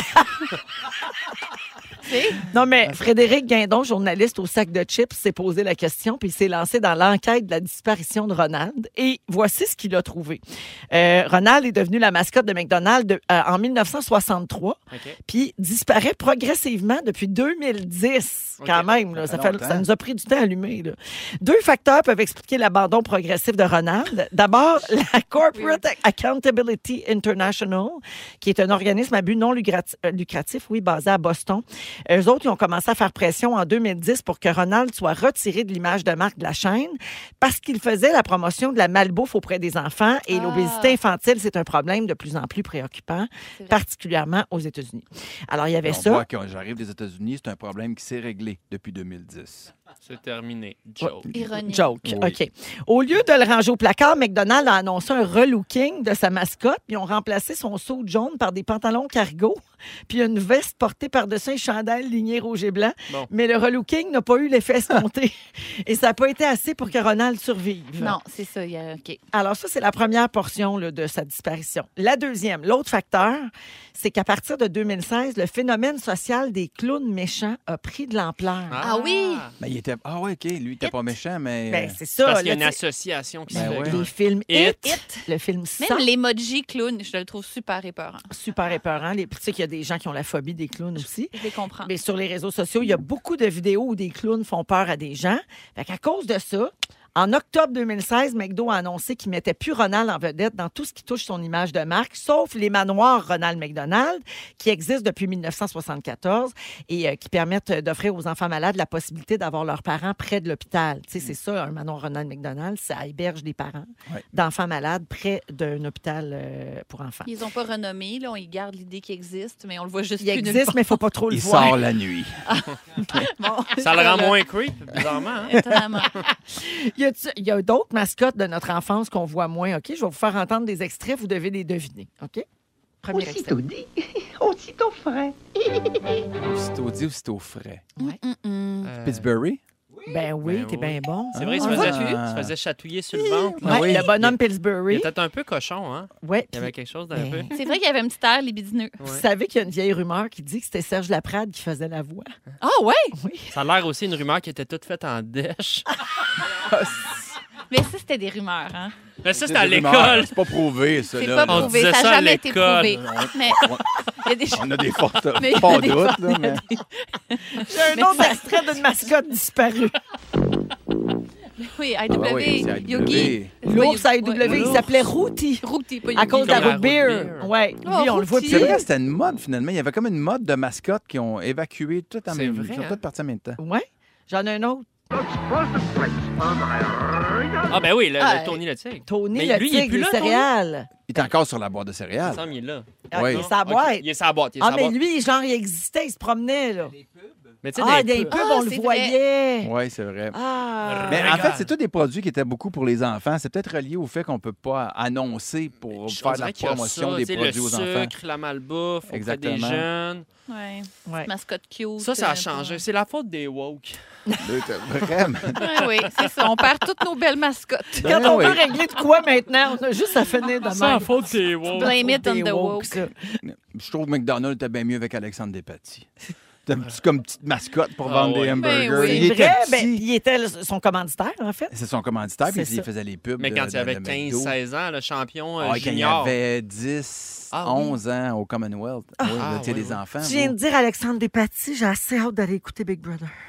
Non, mais Frédéric Guindon, journaliste au Sac de Chips, s'est posé la question puis il s'est lancé dans l'enquête de la disparition de Ronald. Et voici ce qu'il a trouvé. Euh, Ronald est devenu la mascotte de McDonald's de- euh, en mille neuf cent soixante-trois, OK. puis disparaît progressivement depuis deux mille dix, quand OK. même. Là. Ça Ça, fait fait- longtemps. ça nous a pris du temps à allumer. Là. Deux facteurs peuvent expliquer l'abandon progressif de Ronald. D'abord, la Corporate Accountability International, qui est un organisme à but non lucrati- euh, lucratif, oui, basé à Boston. Eux autres, ils ont commencé à faire pression en deux mille dix pour que Ronald soit retiré de l'image de marque de la chaîne parce qu'il faisait la promotion de la malbouffe auprès des enfants et Ah. l'obésité infantile, c'est un problème de plus en plus préoccupant, C'est vrai. particulièrement aux États-Unis. Alors, il y avait On ça. voit que quand j'arrive des États-Unis, c'est un problème qui s'est réglé depuis deux mille dix. C'est terminé. Joke. Ironique. Joke, Oui. OK. Au lieu de le ranger au placard, McDonald's a annoncé un relooking de sa mascotte, puis ils ont remplacé son saut jaune par des pantalons cargo, puis une veste portée par-dessus un chandail ligné rouge et blanc. Bon. Mais le relooking n'a pas eu l'effet escompté. Et ça n'a pas été assez pour que Ronald survive. Non, c'est ça. Il y a... OK. Alors ça, c'est la première portion là, de sa disparition. La deuxième, l'autre facteur, c'est qu'à partir de deux mille seize, le phénomène social des clowns méchants a pris de l'ampleur. Ah oui? Mais il était. Ah, ouais, OK. Lui, il était pas méchant, mais. Ben, c'est ça. Parce qu'il y a là, une tu sais, association qui se Ben fait. ouais. les films Hit, Hit. le film Même Ça, l'emoji clown, je le trouve super épeurant. super épeurant. Les, tu sais qu'il y a des gens qui ont la phobie des clowns aussi. Je les comprends. Mais sur les réseaux sociaux, il y a beaucoup de vidéos où des clowns font peur à des gens. Fait qu'à cause de ça, en octobre deux mille seize, McDo a annoncé qu'il mettait plus Ronald en vedette dans tout ce qui touche son image de marque, sauf les manoirs Ronald McDonald, qui existent depuis mille neuf cent soixante-quatorze et euh, qui permettent d'offrir aux enfants malades la possibilité d'avoir leurs parents près de l'hôpital. Tu sais, c'est ça, un manoir Ronald McDonald, ça héberge des parents Ouais. d'enfants malades près d'un hôpital euh, pour enfants. Ils n'ont pas renommé, là. On y garde l'idée qu'il existe, mais on le voit juste Il plus nulle existe, part. mais il ne faut pas trop le Il voir. sort la nuit. Bon, Ça le rend là. moins creep, bizarrement. Hein? Étonnamment. Il y a, il y a d'autres mascottes de notre enfance qu'on voit moins. OK? Je vais vous faire entendre des extraits. Vous devez les deviner. OK? Premier extrait. Aussitôt dit, aussitôt frais. Aussitôt dit, aussitôt frais. Mm-mm. Euh, Pittsburgh? Ben oui, Ben t'es oui. bien bon. C'est vrai, il se Ah. faisait, Ah. il se faisait chatouiller sur le ventre. là. Ah Ouais, oui. le bonhomme Il Pillsbury. était un peu cochon, hein? Ouais, Il y avait puis quelque chose d'un Ben, peu. C'est vrai qu'il y avait un petit air libidineux. vous Ouais. savez qu'il y a une vieille rumeur qui dit que c'était Serge Laprade qui faisait la voix. Ah ouais? Ça a l'air aussi une rumeur qui était toute faite en dèche. Mais ça, c'était des rumeurs, hein? Mais ça, C'est c'était à des rumeurs. l'école. C'est pas prouvé, ça. C'est là. pas On prouvé. disait Ça ça n'a à jamais été l'école. prouvé. Mais il y a des choses. On a des fortes Mais il y a pas des doute, fortes- là, mais... J'ai un Mais autre ça- extrait d'une mascotte disparue. Oui, Ah I W, bah oui, c'est Yogi. L'ours à I W, Ouais. il s'appelait Routy. Routy, pas À Yogi. cause de la Comme la root beer. root beer. Ouais, Oh, lui, on le voit Routy. plus. C'est vrai, c'était une mode, finalement. Il y avait comme une mode de mascottes qui ont évacué tout en C'est même vrai, Ils sont hein? toutes parties en même temps. Ouais, j'en ai un autre. Ah, ben oui, le, Ah, le Tony le tigre. Tony, Mais le lui, il est tigre plus des là, Tony? céréales. Il est encore sur la boîte de Il me céréales. semble qu'il est là. Ah, Oui. il est sa Ok, boîte. Il est sa boîte. Il est Ah, sa mais boîte. lui, genre, il existait, il se promenait, là. Mais tu sais, Ah, des des pubs. pubs, Ah, on le c'est vrai. voyait. Oui, c'est vrai. Ah. Mais en Regarde. fait, c'est tous des produits qui étaient beaucoup pour les enfants. C'est peut-être relié au fait qu'on ne peut pas annoncer pour On faire de dirait la qu'il y a promotion ça, des tu sais, produits le aux sucre, enfants. la malbouffe, auprès Exactement. des jeunes. Ouais. Ouais. Mascotte cute. Ça, ça a euh, changé. C'est la faute des woke. Vraiment. Ouais, oui, c'est ça. On perd toutes nos belles mascottes. Quand Ben on oui. veut régler de quoi maintenant, on a juste à finir de C'est la même. faute des woke. Blame it on Des the woke, woke. ça. Je trouve que McDonald's était bien mieux avec Alexandre Despatie. C'était un petit, comme petite mascotte pour Ah vendre ouais. des hamburgers. Ben oui. Il C'est était vrai, petit. ben, il était le- son commanditaire, en fait. C'est son commanditaire, puis C'est il ça. faisait les pubs. Mais de- quand il de- avait de quinze McDo. seize ans, le champion euh, Ah, quand il junior. avait dix, Ah oui. onze ans au Commonwealth. Oui, Ah, là, tu sais, oui, des oui. enfants. Tu viens vous. de dire Alexandre Despatie, j'ai assez hâte d'aller écouter Big Brother.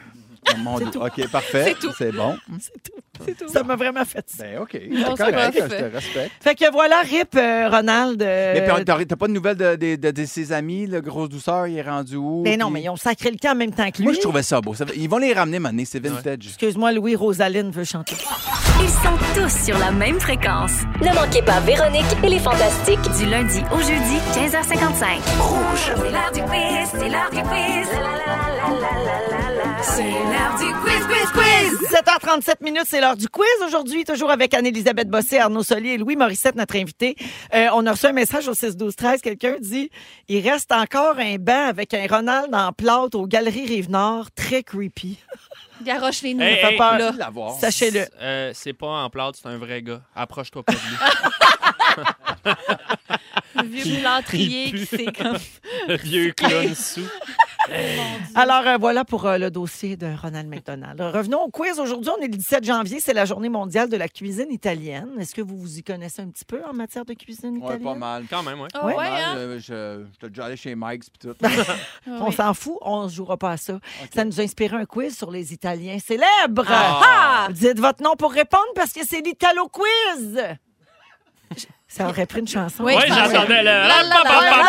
Mon C'est Dieu. tout. OK, parfait. C'est tout. C'est bon. C'est tout. Ça m'a vraiment fait ça. Ben, OK. Bon, C'est correct, c'est je te respecte. Fait que voilà, Rip, euh, Ronald. euh, Mais puis, t'as t'as pas de nouvelles de, de, de- de ses amis, le Grosse Douceur, il est rendu où? Mais non, Puis- mais ils ont sacré le camp en même temps que lui. Moi, je trouvais ça beau. Ça- Ils vont les ramener maintenant, c'est vintage. Excuse-moi, Louis, Rosaline veut chanter. Ils sont tous sur la même fréquence. Ne manquez pas Véronique et les Fantastiques du lundi au jeudi, quinze heures cinquante-cinq. Rouge. C'est l'heure du quiz, c'est l'heure du quiz. La, la, la, la, la, la, la. C'est l'heure du quiz, quiz, quiz. sept heures trente-sept minutes, c'est l'heure du quiz. Aujourd'hui, toujours avec Anne-Élisabeth Bossé, Arnaud Solier et Louis Morissette, notre invité. Euh, on a reçu un message au six douze treize. Quelqu'un dit « Il reste encore un banc avec un Ronald en plâtre aux Galeries Rive-Nord. Très creepy. Garoche les nous. Hey, Ça fait hey, peur. Merci de l'avoir. Sachez-le. Euh, c'est pas en plâtre, c'est un vrai gars. Approche-toi pas de lui. Le vieux plâtrier Il qui pue. c'est comme... Le vieux clown sous. Alors, euh, voilà pour euh, le dossier de Ronald McDonald. Revenons au quiz. Aujourd'hui, on est le dix-sept janvier. C'est la journée mondiale de la cuisine italienne. Est-ce que vous vous y connaissez un petit peu en matière de cuisine Ouais, italienne? pas mal. Quand même, ouais. Ah Ouais. ouais, Pas mal, hein? euh, je J'étais déjà allé chez Mike's puis tout. On s'en fout, on ne jouera pas à ça. Ça nous a inspiré un quiz sur les Italiens célèbres. Ah! Ah! Dites votre nom pour répondre parce que c'est l'Italo Quiz. Ça aurait pris une chanson. Oui, Ouais, je pense. j'entendais le. La, la, la,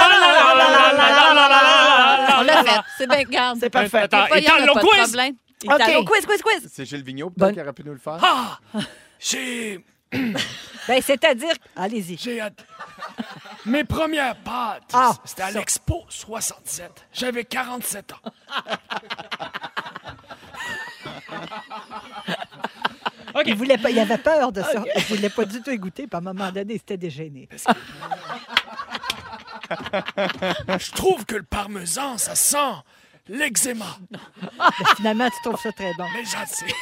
On l'a fait. C'est bien, garde. C'est parfait. Attends, Pas, y en a Italo pas de quiz! problème. OK. Italo quiz, quiz, quiz. C'est Gilles Vigneault, Bonne- peut-être, qui aurait pu nous le faire. Ah! J'ai. Ben, c'est-à-dire, allez-y. J'ai. hâte. Mes premières pâtes, Ah, c'était à l'Expo soixante-sept. J'avais quarante-sept ans. Il, voulait pas, il avait peur de ça. Il voulait pas du tout y goûter. Puis à un moment donné, il s'était dégêné. Je trouve que le parmesan, ça sent l'eczéma. Mais finalement, tu trouves ça très bon. Mais j'en sais.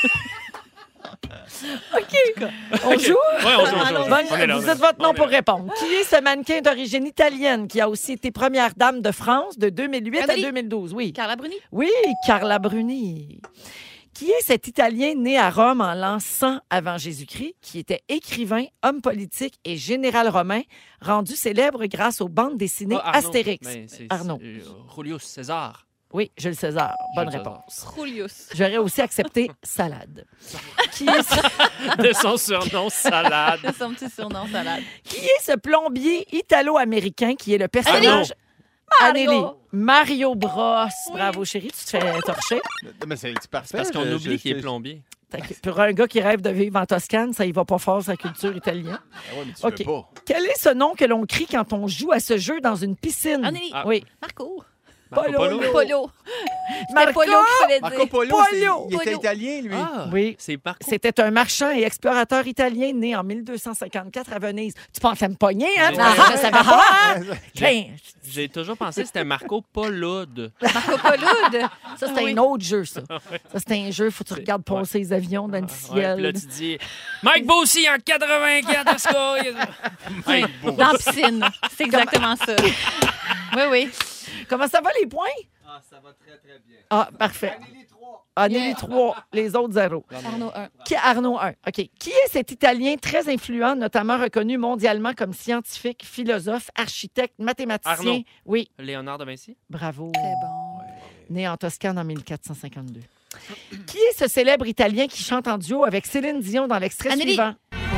On joue? Ouais, on joue, on joue, on joue. Bonne- On est là, vous on est dites votre là. nom On est pour là. répondre. Qui est ce mannequin d'origine italienne qui a aussi été première dame de France de deux mille huit à Amélie. deux mille douze? Oui. Carla Bruni. Oui, Carla Bruni. Qui est cet Italien né à Rome en l'an cent avant Jésus-Christ, qui était écrivain, homme politique et général romain, rendu célèbre grâce aux bandes dessinées Ah, Arnaud. Astérix? Ben, c'est- Arnaud. c'est, euh, Julius César. Oui, Jules César. Bonne Jules réponse. Julius. J'aurais aussi accepté salade. Qui est ce... De son surnom, salade. C'est son petit surnom, salade. Qui est ce plombier italo-américain qui est le personnage... Mario. Anneli. Mario Bros. Bravo, chérie, tu te fais torcher. Mais c'est parfait. Parce qu'on je- oublie je- qu'il est je- plombier. Fait que Pour un gars qui rêve de vivre en Toscane, ça y va pas fort, sa culture italienne. Ah ouais, mais tu OK. veux pas. Quel est ce nom que l'on crie quand on joue à ce jeu dans une piscine? Anneli. Ah. Oui. Marco. Marco Polo. Polo. Polo. Marco. C'était Polo qu'il fallait Marco dire. Polo, Polo. c'est- il était Polo. italien, lui. Ah, Oui. c'est Marco. C'était un marchand et explorateur italien né en mille deux cent cinquante-quatre à Venise. Tu penses à me pogner, hein? Ouais. Ah, ah, je savais pas, hein? J'ai- Tiens, J'ai toujours pensé que c'était Marco Poloud. Marco Poloud. ça, c'était un autre jeu, ça. Ça, c'était un jeu, faut que tu regardes passer les avions dans le Ouais, ciel. puis là, tu dis Mike Bossy en quatre-vingt-quatre, est-ce que- Hey, beau. Dans la piscine. C'est exactement ça. Oui, oui. Comment ça va, les points? Ah, ça va très, très bien. Ah, parfait. Anneli trois, les autres zéro. Arnaud un. Qui, Arnaud un. OK. Qui est cet Italien très influent, notamment reconnu mondialement comme scientifique, philosophe, architecte, mathématicien? Arnaud. Oui, Léonard de Vinci. bravo. Très bon. Né en Toscane en mille quatre cent cinquante-deux. Qui est ce célèbre Italien qui chante en duo avec Céline Dion dans l'extrait Anneli. suivant?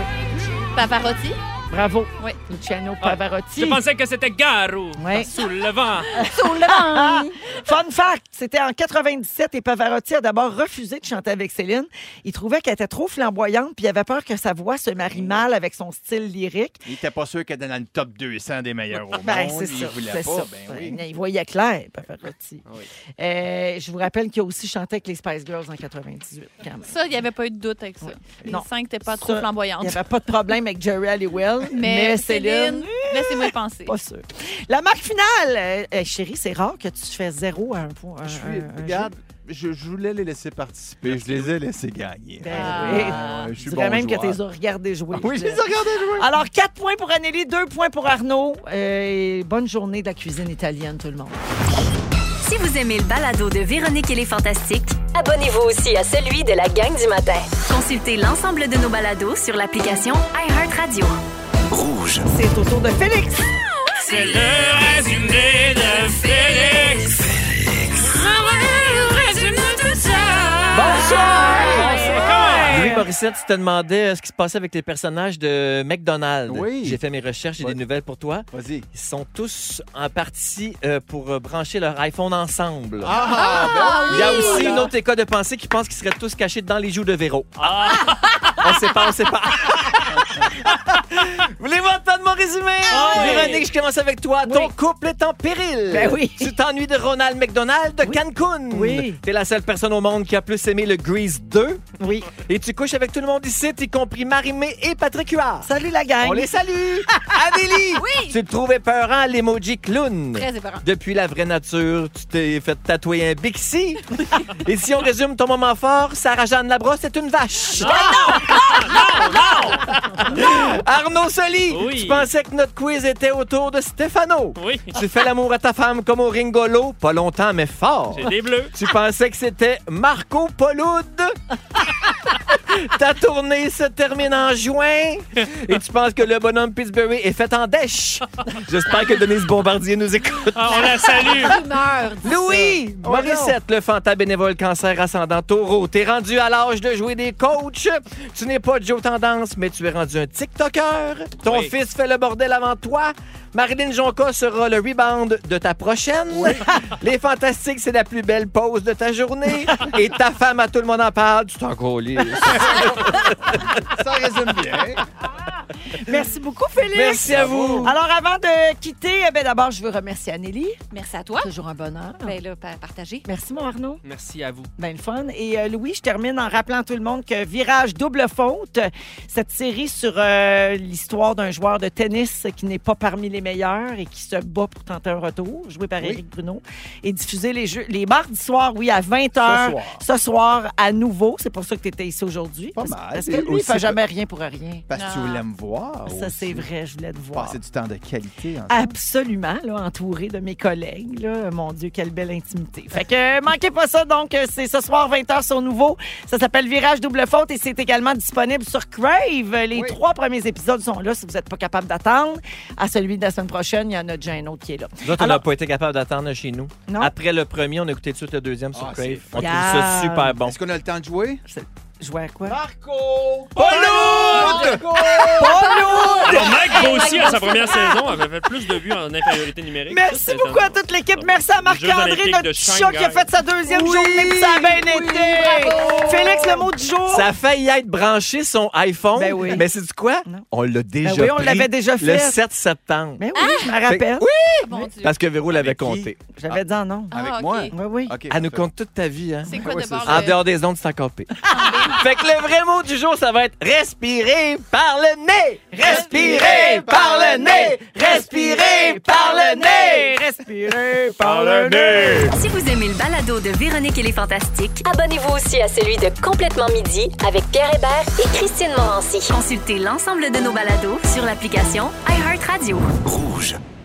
Pavarotti. Bravo. Oui. Luciano Ah, Pavarotti. Je pensais que c'était Garou. Ouais. Sous le vent. Sous le vent. Fun fact, c'était en quatre-vingt-dix-sept et Pavarotti a d'abord refusé de chanter avec Céline. Il trouvait qu'elle était trop flamboyante puis il avait peur que sa voix se marie mal avec son style lyrique. Il était pas sûr qu'elle était dans le top deux cents des meilleurs au Ben, monde. c'est Il ça. voulait c'est pas. ça. Ben oui. Il voyait clair, Pavarotti. Oui. Euh, je vous rappelle qu'il a aussi chanté avec les Spice Girls en quatre-vingt-dix-huit, quand même. Ça, il n'y avait pas eu de doute avec ça. Les Non. cinq n'étaient pas trop Ça, flamboyantes. Il n'y avait pas de problème avec Jerry Halliwell, mais, Mais, Céline, Céline, laissez-moi penser. pas sûr. La marque finale. Euh, euh, chérie, c'est rare que tu fais zéro à un point. un- Je suis- un- un regarde, je, je voulais les laisser participer. Je les ai laissés gagner. Ben Ah. oui. Euh, je Je suis dirais bon même que tu joueur. les as regardés jouer. Oui, je les ai regardés jouer. Alors, quatre points pour Anneli, deux points pour Arnaud. Euh, et bonne journée de la cuisine italienne, tout le monde. Si vous aimez le balado de Véronique et les Fantastiques, abonnez-vous aussi à celui de la gang du matin. Consultez l'ensemble de nos balados sur l'application iHeartRadio. Rouge. C'est au tour de Félix. C'est le résumé de Félix. Ah ouais, le résumé de tout ça. Morissette, tu te demandais euh, ce qui se passait avec les personnages de McDonald's. Oui. J'ai fait mes recherches, j'ai Ouais. des nouvelles pour toi. Vas-y. Ils sont tous en partie euh, pour euh, brancher leur iPhone ensemble. Ah, ben Il y a oui, aussi voilà. une autre école de pensée qui pense qu'ils seraient tous cachés dans les joues de Véro. On sait pas, on sait pas. Voulez-vous entendre mon résumé? oui. Véronique, je commence avec toi. Oui. Ton couple est en péril. Ben oui. Tu t'ennuies de Ronald McDonald de Oui. Cancun. Oui. T'es la seule personne au monde qui a plus aimé le Grease deux. Oui. Et tu couches avec tout le monde ici, y compris Marie-Mé et Patrick Huard. Salut la gang. On les salue! Amélie! Oui. Tu le trouves épeurant, l'emoji clown. Très épeurant. Depuis la vraie nature, tu t'es fait tatouer un Bixi. Et si on résume ton moment fort, Sarah-Jeanne Labrosse est une vache. Arnaud Soli, Oui. tu pensais que notre quiz était autour de Stéphano. Oui, Tu fais l'amour à ta femme comme au Ringolo, pas longtemps mais fort. j'ai des bleus. Tu pensais que c'était Marco Poloud. Ta tournée se termine en juin et tu penses que le bonhomme Pittsburgh est fait en dèche. J'espère que Denise Bombardier nous écoute. Ah, on la salue. Humeur. dis Louis, Oh Morissette, le fanta bénévole cancer ascendant taureau. T'es rendu à l'âge de jouer des coachs. Tu n'es pas Joe Tendance, mais tu es rendu un TikToker. Ton Oui. fils fait le bordel avant toi. Marilyn Jonca sera le rebound de ta prochaine. Les Fantastiques, c'est la plus belle pause de ta journée. Et ta femme, à tout le monde en parle, tu t'en colis. Ça résume bien. Merci beaucoup, Félix. Merci à vous. Alors, avant de quitter, eh ben, d'abord, je veux remercier Anneli. Merci à toi. Toujours un bonheur. Ben là, pa- partagez. Merci, mon Arnaud. Merci à vous. Ben, le fun. Et euh, Louis, je termine en rappelant à tout le monde que Virage double faute, cette série sur euh, l'histoire d'un joueur de tennis qui n'est pas parmi les meilleurs et qui se bat pour tenter un retour, joué par Oui. Éric Bruno, est diffusé les, jeux, les mardis soirs, oui, à vingt heures. soir. Ce soir, à nouveau. C'est pour ça que tu étais ici aujourd'hui. Pas Parce, mal. parce que Et lui, il aussi fait jamais rien pour rien. Parce que tu voulais me voir. Ça, aussi. c'est vrai. Je voulais te voir. Passer du temps de qualité ensemble. Absolument, là, entouré de mes collègues. Là. Mon Dieu, quelle belle intimité. Fait que euh, manquez pas ça. Donc, euh, c'est ce soir, vingt heures sur Nouveau. Ça s'appelle Virage double faute et c'est également disponible sur Crave. Les Oui. trois premiers épisodes sont là si vous n'êtes pas capable d'attendre. À celui de la semaine prochaine, il y en a déjà un autre qui est là. Nous autres, on n'a Alors- pas été capable d'attendre chez nous. Non. Après le premier, on a écouté tout de suite le deuxième sur Ah, Crave. c'est On trouve fun. ça super bon. Est-ce qu'on a le temps de jouer? Jouer à quoi? Marco! Pauloud! Alors, Mike Bossy, à sa première saison, avait fait plus de vues en infériorité numérique. Merci Ça, c'est beaucoup à étonnant. toute l'équipe. Merci à Les Jeux Marc-André, olympiques notre de petit chat qui a Shanghai. fait sa deuxième Oui, journée puis ça a bien oui, été. bravo. Félix, le mot du jour. Ça a failli être branché son iPhone. Ben oui. Mais c'est du quoi? Non. On l'a déjà Ben oui, on pris l'avait déjà le fait. sept septembre. Mais oui, je me rappelle. Oui! Mon Dieu. Parce que Véro l'avait Avec qui? compté. J'avais dit en non. Avec Ah, moi? ok. Oui, oui. OK. Elle nous parfait. compte toute ta vie, hein? C'est quoi Ouais, d'abord c'est En le- dehors des ondes, c'est encore pire. Fait que le vrai mot du jour, ça va être respirer par le nez. Respirer par le nez. Respirer par le nez. Respirer Par le nez. Si vous aimez le balado de Véronique et les Fantastiques, abonnez-vous aussi à celui de Complètement Midi avec Pierre Hébert et Christine Morancy. Consultez l'ensemble de nos balados sur l'application iHeartRadio. Rouge.